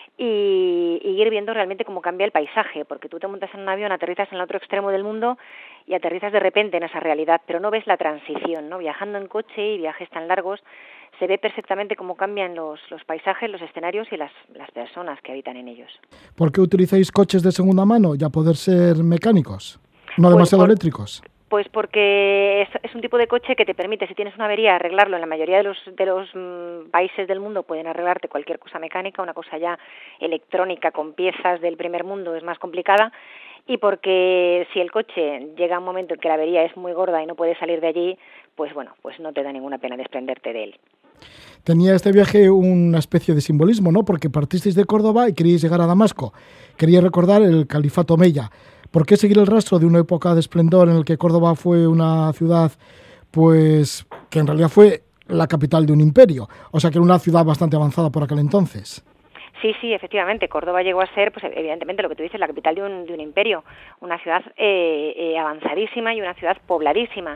[SPEAKER 6] y ir viendo realmente cómo cambia el paisaje, porque tú te montas en un avión, aterrizas en el otro extremo del mundo y aterrizas de repente en esa realidad, pero no ves la transición, ¿no? Viajando en coche y viajes tan largos, se ve perfectamente cómo cambian los paisajes, los escenarios y las personas que habitan en ellos.
[SPEAKER 2] ¿Por qué utilizáis coches de segunda mano y a poder ser mecánicos, no demasiado eléctricos?
[SPEAKER 6] Pues porque es un tipo de coche que te permite, si tienes una avería, arreglarlo. En la mayoría de los países del mundo pueden arreglarte cualquier cosa mecánica, una cosa ya electrónica con piezas del primer mundo es más complicada. Y porque si el coche llega a un momento en que la avería es muy gorda y no puedes salir de allí, pues bueno, pues no te da ninguna pena desprenderte de él.
[SPEAKER 2] Tenía este viaje una especie de simbolismo, ¿no? Porque partisteis de Córdoba y queríais llegar a Damasco. Queríais recordar el califato omeya. ¿Por qué seguir el rastro de una época de esplendor en el que Córdoba fue una ciudad, pues, que en realidad fue la capital de un imperio? O sea, que era una ciudad bastante avanzada por aquel entonces.
[SPEAKER 6] Sí, efectivamente. Córdoba llegó a ser, pues evidentemente lo que tú dices, la capital de un imperio, una ciudad avanzadísima y una ciudad pobladísima.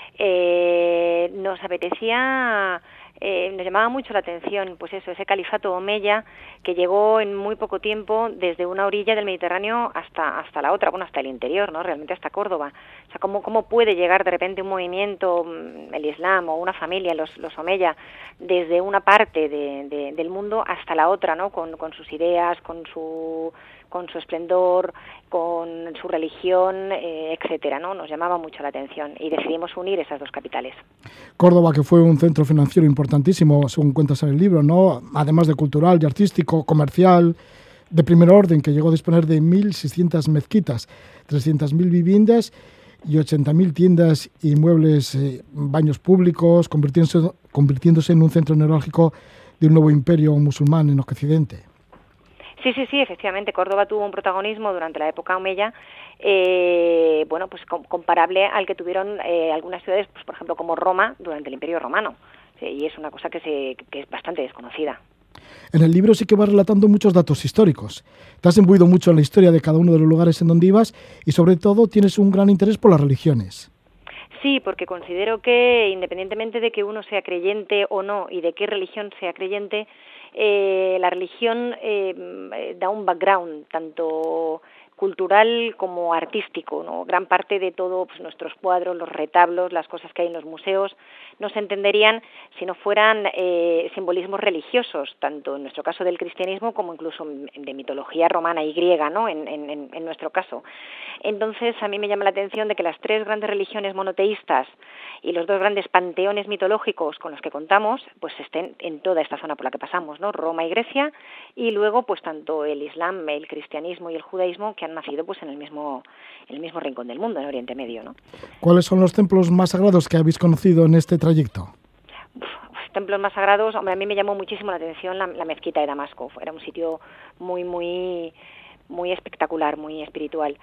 [SPEAKER 6] Nos apetecía, nos llamaba mucho la atención, pues eso, ese califato omeya que llegó en muy poco tiempo desde una orilla del Mediterráneo hasta la otra, bueno, hasta el interior, ¿no? Realmente hasta Córdoba. O sea, ¿cómo puede llegar de repente un movimiento, el Islam o una familia, los omeya, desde una parte del mundo hasta la otra, ¿no? Con sus ideas, con su esplendor, con su religión, etcétera, ¿no? Nos llamaba mucho la atención y decidimos unir esas dos capitales.
[SPEAKER 2] Córdoba, que fue un centro financiero importantísimo, según cuentas en el libro, ¿no? Además de cultural y artístico, comercial, de primer orden, que llegó a disponer de 1.600 mezquitas, 300.000 viviendas y 80.000 tiendas, inmuebles, baños públicos, convirtiéndose en un centro neurálgico de un nuevo imperio musulmán en Occidente.
[SPEAKER 6] Sí, efectivamente, Córdoba tuvo un protagonismo durante la época omeya, bueno, pues comparable al que tuvieron algunas ciudades, pues por ejemplo como Roma durante el Imperio Romano, ¿sí? Y es una cosa que es bastante desconocida.
[SPEAKER 2] En el libro sí que vas relatando muchos datos históricos. Te has imbuido mucho en la historia de cada uno de los lugares en donde ibas y sobre todo tienes un gran interés por las religiones.
[SPEAKER 6] Sí, porque considero que independientemente de que uno sea creyente o no y de qué religión sea creyente, la religión da un background tanto cultural como artístico, ¿no? Gran parte de todo, pues, nuestros cuadros, los retablos, las cosas que hay en los museos, no se entenderían si no fueran simbolismos religiosos, tanto en nuestro caso del cristianismo como incluso de mitología romana y griega, ¿no? En nuestro caso. Entonces, a mí me llama la atención de que las tres grandes religiones monoteístas y los dos grandes panteones mitológicos con los que contamos, pues estén en toda esta zona por la que pasamos, ¿no? Roma y Grecia, y luego pues tanto el Islam, el cristianismo y el judaísmo que han nacido pues en el mismo rincón del mundo, en Oriente Medio, ¿no?
[SPEAKER 2] ¿Cuáles son los templos más sagrados que habéis conocido en este trayecto?
[SPEAKER 6] Templos más sagrados, hombre, a mí me llamó muchísimo la atención la mezquita de Damasco. Era un sitio muy espectacular, muy espiritual.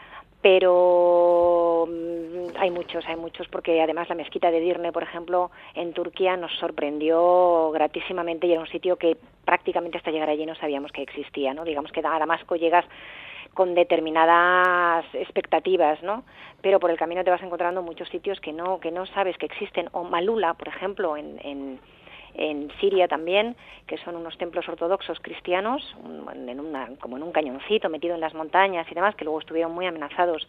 [SPEAKER 6] Pero hay muchos, porque además la mezquita de Edirne, por ejemplo, en Turquía nos sorprendió gratísimamente y era un sitio que prácticamente hasta llegar allí no sabíamos que existía, ¿no? Digamos que a Damasco llegas con determinadas expectativas, ¿no? Pero por el camino te vas encontrando muchos sitios que no sabes que existen. O Malula, por ejemplo, en en Siria también, que son unos templos ortodoxos cristianos, como en un cañoncito metido en las montañas y demás, que luego estuvieron muy amenazados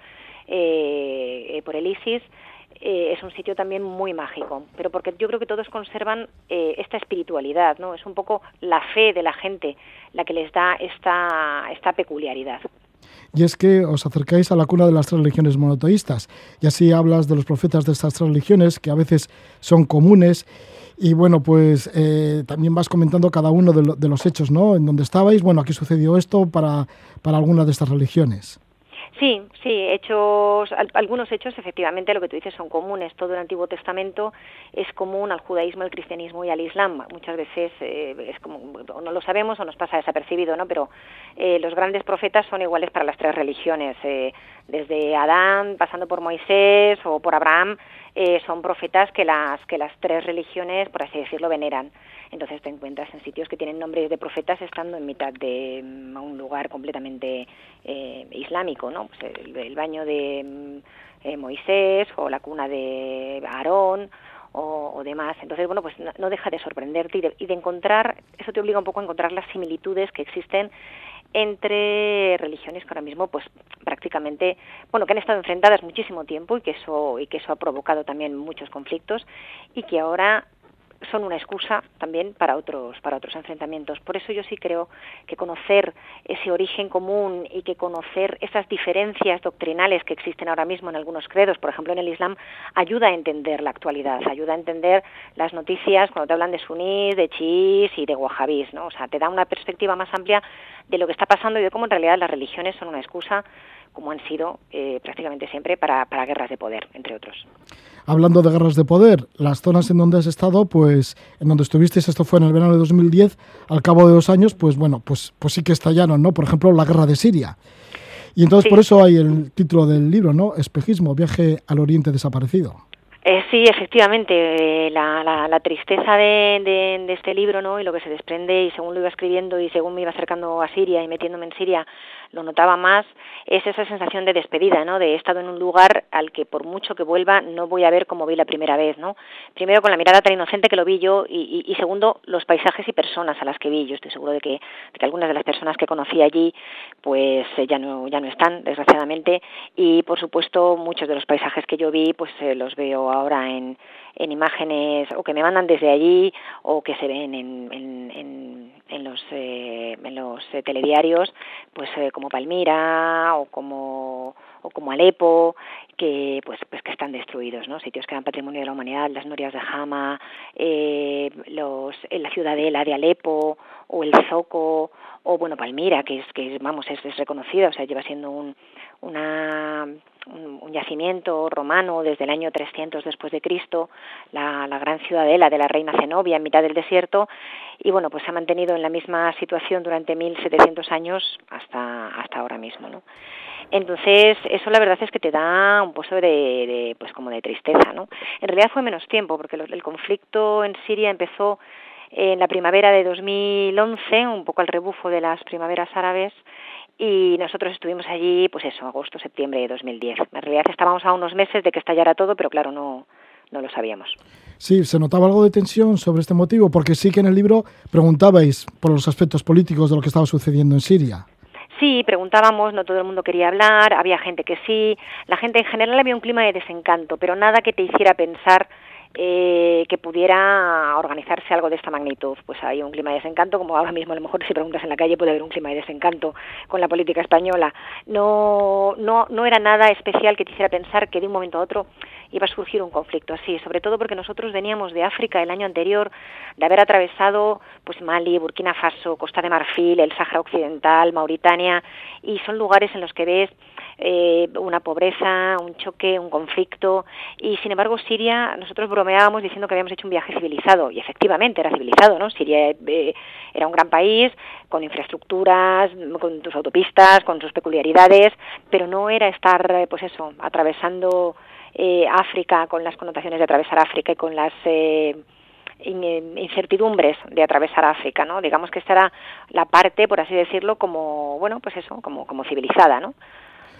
[SPEAKER 6] por el ISIS. Es un sitio también muy mágico, pero porque yo creo que todos conservan esta espiritualidad, ¿no? Es un poco la fe de la gente la que les da esta peculiaridad.
[SPEAKER 2] Y es que os acercáis a la cuna de las tres religiones monoteístas, y así hablas de los profetas de estas tres religiones, que a veces son comunes, y bueno, pues también vas comentando cada uno de los hechos, ¿no? En donde estabais, bueno, aquí sucedió esto para algunas de estas religiones.
[SPEAKER 6] Sí, algunos hechos efectivamente lo que tú dices son comunes. Todo el Antiguo Testamento es común al judaísmo, al cristianismo y al islam. Muchas veces es como, o no lo sabemos o nos pasa desapercibido, ¿no? Pero los grandes profetas son iguales para las tres religiones. Desde Adán, pasando por Moisés o por Abraham, son profetas que las tres religiones, por así decirlo, veneran. Entonces te encuentras en sitios que tienen nombres de profetas estando en mitad de un lugar completamente islámico, ¿no? Pues el baño de Moisés o la cuna de Aarón o demás. Entonces, bueno, pues no deja de sorprenderte y de encontrar, eso te obliga un poco a encontrar las similitudes que existen entre religiones que ahora mismo, pues prácticamente, bueno, que han estado enfrentadas muchísimo tiempo y que eso ha provocado también muchos conflictos y que ahora son una excusa también para otros enfrentamientos. Por eso yo sí creo que conocer ese origen común y que conocer esas diferencias doctrinales que existen ahora mismo en algunos credos, por ejemplo en el Islam, ayuda a entender la actualidad, ayuda a entender las noticias cuando te hablan de sunís, de chiís y de wahabís, ¿no? O sea, te da una perspectiva más amplia de lo que está pasando y de cómo en realidad las religiones son una excusa, como han sido prácticamente siempre, para guerras de poder, entre otros.
[SPEAKER 2] Hablando de guerras de poder, las zonas en donde has estado, pues en donde estuvisteis, esto fue en el verano de 2010, al cabo de 2 años, pues bueno, pues sí que estallaron, ¿no? Por ejemplo, la guerra de Siria. Y entonces por eso hay el título del libro, ¿no? Espejismo, viaje al Oriente desaparecido.
[SPEAKER 6] Sí, efectivamente, la tristeza de este libro, ¿no? Y lo que se desprende, y según lo iba escribiendo y según me iba acercando a Siria y metiéndome en Siria, lo notaba más, es esa sensación de despedida, ¿no? De he estado en un lugar al que por mucho que vuelva no voy a ver como vi la primera vez, ¿no? Primero con la mirada tan inocente que lo vi yo y segundo los paisajes y personas a las que vi. Yo estoy seguro de que algunas de las personas que conocí allí pues ya no están, desgraciadamente, y por supuesto muchos de los paisajes que yo vi pues los veo ahora en imágenes o que me mandan desde allí o que se ven en los telediarios, pues como Palmira o como Alepo, que pues que están destruidos, ¿no? Sitios que eran patrimonio de la humanidad, las norias de Hama, la ciudadela de Alepo o el Zoco, o bueno, Palmira, que es reconocida, o sea, lleva siendo un yacimiento romano desde el año 300 después de Cristo, la gran ciudadela de la reina Zenobia en mitad del desierto, y bueno, pues se ha mantenido en la misma situación durante 1700 años hasta ahora mismo, ¿no? Entonces, eso la verdad es que te da un pozo pues como de tristeza, ¿no? En realidad fue menos tiempo, porque el conflicto en Siria empezó en la primavera de 2011, un poco al rebufo de las primaveras árabes, y nosotros estuvimos allí, pues eso, agosto, septiembre de 2010. En realidad estábamos a unos meses de que estallara todo, pero claro, no lo sabíamos.
[SPEAKER 2] Sí, se notaba algo de tensión sobre este motivo, porque sí que en el libro preguntabais por los aspectos políticos de lo que estaba sucediendo en Siria.
[SPEAKER 6] Sí, preguntábamos, no todo el mundo quería hablar, había gente que sí, la gente en general había un clima de desencanto, pero nada que te hiciera pensar que pudiera organizarse algo de esta magnitud. Pues hay un clima de desencanto, como ahora mismo a lo mejor si preguntas en la calle puede haber un clima de desencanto con la política española. No era nada especial que te hiciera pensar que de un momento a otro iba a surgir un conflicto así, sobre todo porque nosotros veníamos de África el año anterior, de haber atravesado pues Mali, Burkina Faso, Costa de Marfil, el Sáhara Occidental, Mauritania, y son lugares en los que ves una pobreza, un choque, un conflicto, y sin embargo Siria, nosotros bromeábamos diciendo que habíamos hecho un viaje civilizado, y efectivamente era civilizado, ¿no? Siria era un gran país, con infraestructuras, con sus autopistas, con sus peculiaridades, pero no era estar, pues eso, atravesando África, con las connotaciones de atravesar África y con las incertidumbres de atravesar África, ¿no? Digamos que esta era la parte, por así decirlo, como, bueno, pues eso, como civilizada, ¿no?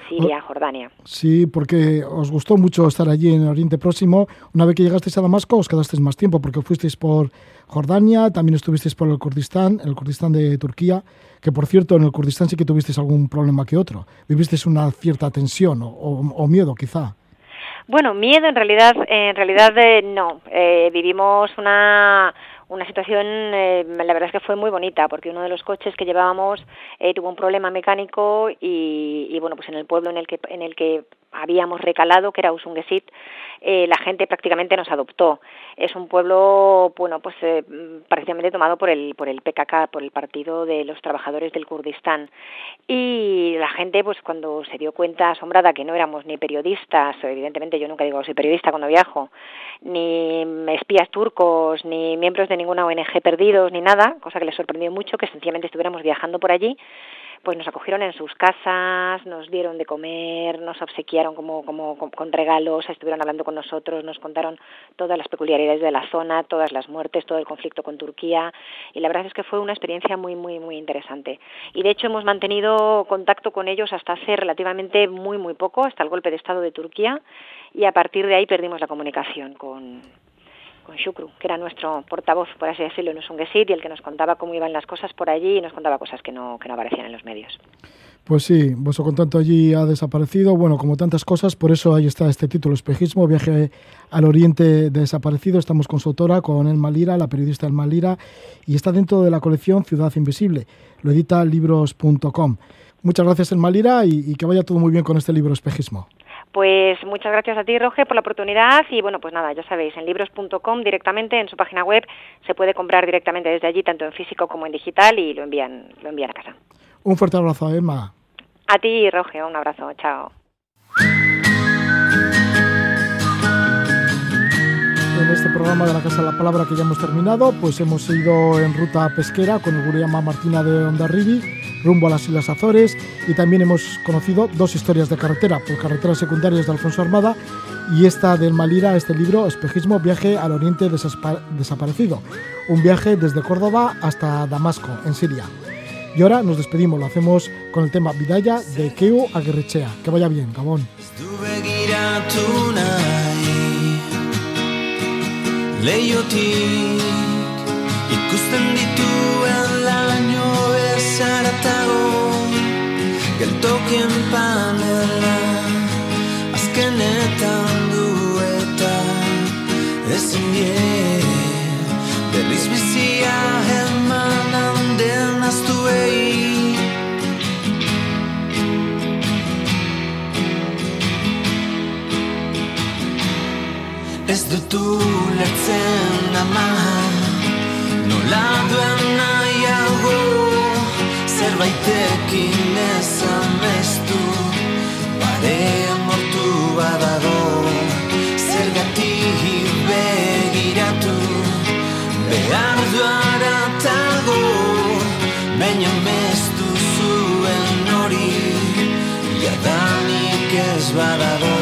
[SPEAKER 6] Siria, Jordania.
[SPEAKER 2] Sí, porque os gustó mucho estar allí en Oriente Próximo. Una vez que llegasteis a Damasco os quedasteis más tiempo porque fuisteis por Jordania, también estuvisteis por el Kurdistán de Turquía, que por cierto en el Kurdistán sí que tuvisteis algún problema que otro. ¿Vivisteis una cierta tensión o miedo quizá?
[SPEAKER 6] Bueno, miedo en realidad no. Vivimos una situación, la verdad es que fue muy bonita, porque uno de los coches que llevábamos tuvo un problema mecánico y bueno, pues en el pueblo en el que habíamos recalado, que era Usungesit, la gente prácticamente nos adoptó. Es un pueblo, bueno, pues prácticamente tomado por el PKK, por el Partido de los Trabajadores del Kurdistán. Y la gente, pues cuando se dio cuenta, asombrada, que no éramos ni periodistas, evidentemente yo nunca digo soy periodista cuando viajo, ni espías turcos, ni miembros de ninguna ONG perdidos, ni nada, cosa que les sorprendió mucho, que sencillamente estuviéramos viajando por allí, pues nos acogieron en sus casas, nos dieron de comer, nos obsequiaron como con regalos, estuvieron hablando con nosotros, nos contaron todas las peculiaridades de la zona, todas las muertes, todo el conflicto con Turquía, y la verdad es que fue una experiencia muy, muy, muy interesante. Y de hecho hemos mantenido contacto con ellos hasta hace relativamente muy, muy poco, hasta el golpe de Estado de Turquía, y a partir de ahí perdimos la comunicación con Shukru, que era nuestro portavoz, por así decirlo, en Usungesit, y el que nos contaba cómo iban las cosas por allí y nos contaba cosas que no aparecían en los medios.
[SPEAKER 2] Pues sí, vuestro contacto allí ha desaparecido, bueno, como tantas cosas, por eso ahí está este título, Espejismo, viaje al Oriente desaparecido. Estamos con su autora, con Elma Lira, la periodista Elma Lira, y está dentro de la colección Ciudad Invisible, lo edita libros.com. Muchas gracias, Elma Lira, y que vaya todo muy bien con este libro, Espejismo.
[SPEAKER 6] Pues muchas gracias a ti, Roge, por la oportunidad y bueno, pues nada, ya sabéis, en libros.com directamente, en su página web, se puede comprar directamente desde allí, tanto en físico como en digital, y lo envían a casa.
[SPEAKER 2] Un fuerte abrazo, Emma.
[SPEAKER 6] A ti, Roge, un abrazo, chao.
[SPEAKER 2] En este programa de la Casa de la Palabra que ya hemos terminado, pues hemos ido en ruta pesquera con el Guriama Martina de Hondarribi, rumbo a las Islas Azores, y también hemos conocido dos historias de carretera, por carreteras secundarias de Alfonso Armada, y esta de Elma Lira, este libro, Espejismo, viaje al Oriente desaparecido, un viaje desde Córdoba hasta Damasco, en Siria. Y ahora nos despedimos, lo hacemos con el tema Bidaya de Keu Agirretxea. Que vaya bien, Gabón.
[SPEAKER 7] Leiotik ikusten dituen laino bezaratago geltokien panela azkenetan du eta ezin die berriz bizia eman handen aztuei ez dut ulertzen ama nola duen nahiago zerbaitekin ezamestu parean mortu badago zergatik begiratu behar duaratago baina mestu zuen hori jadanik ez badago.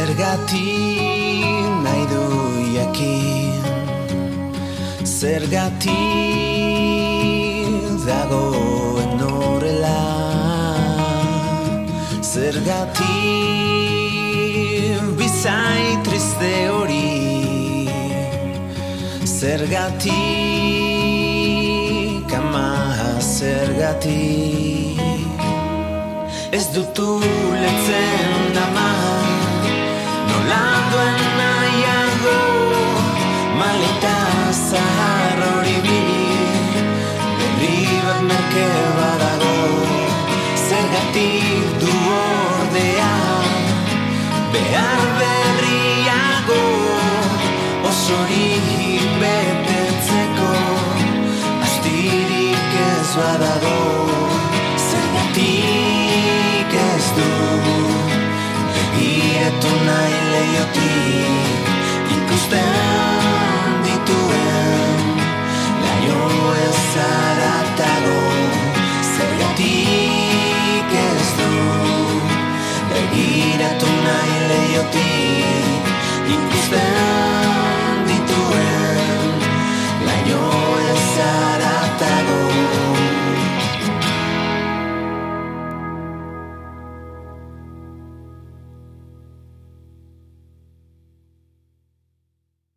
[SPEAKER 7] Zergatik nahi du jakin, zergatik dagoen horrela, zergatik bizai triste hori, zergatik ama zergatik ez dutu letzen ama. Nola duen nahiago maleta zahar hori berri bat merke badago, zergatik du ordea behar berriago osorik betetzeko astirik ez badago, zergatik ez du begietu nahi leiotik ikusten dituen laio ez haratago, zergatik ez du begiratu nahi leiotik ikusten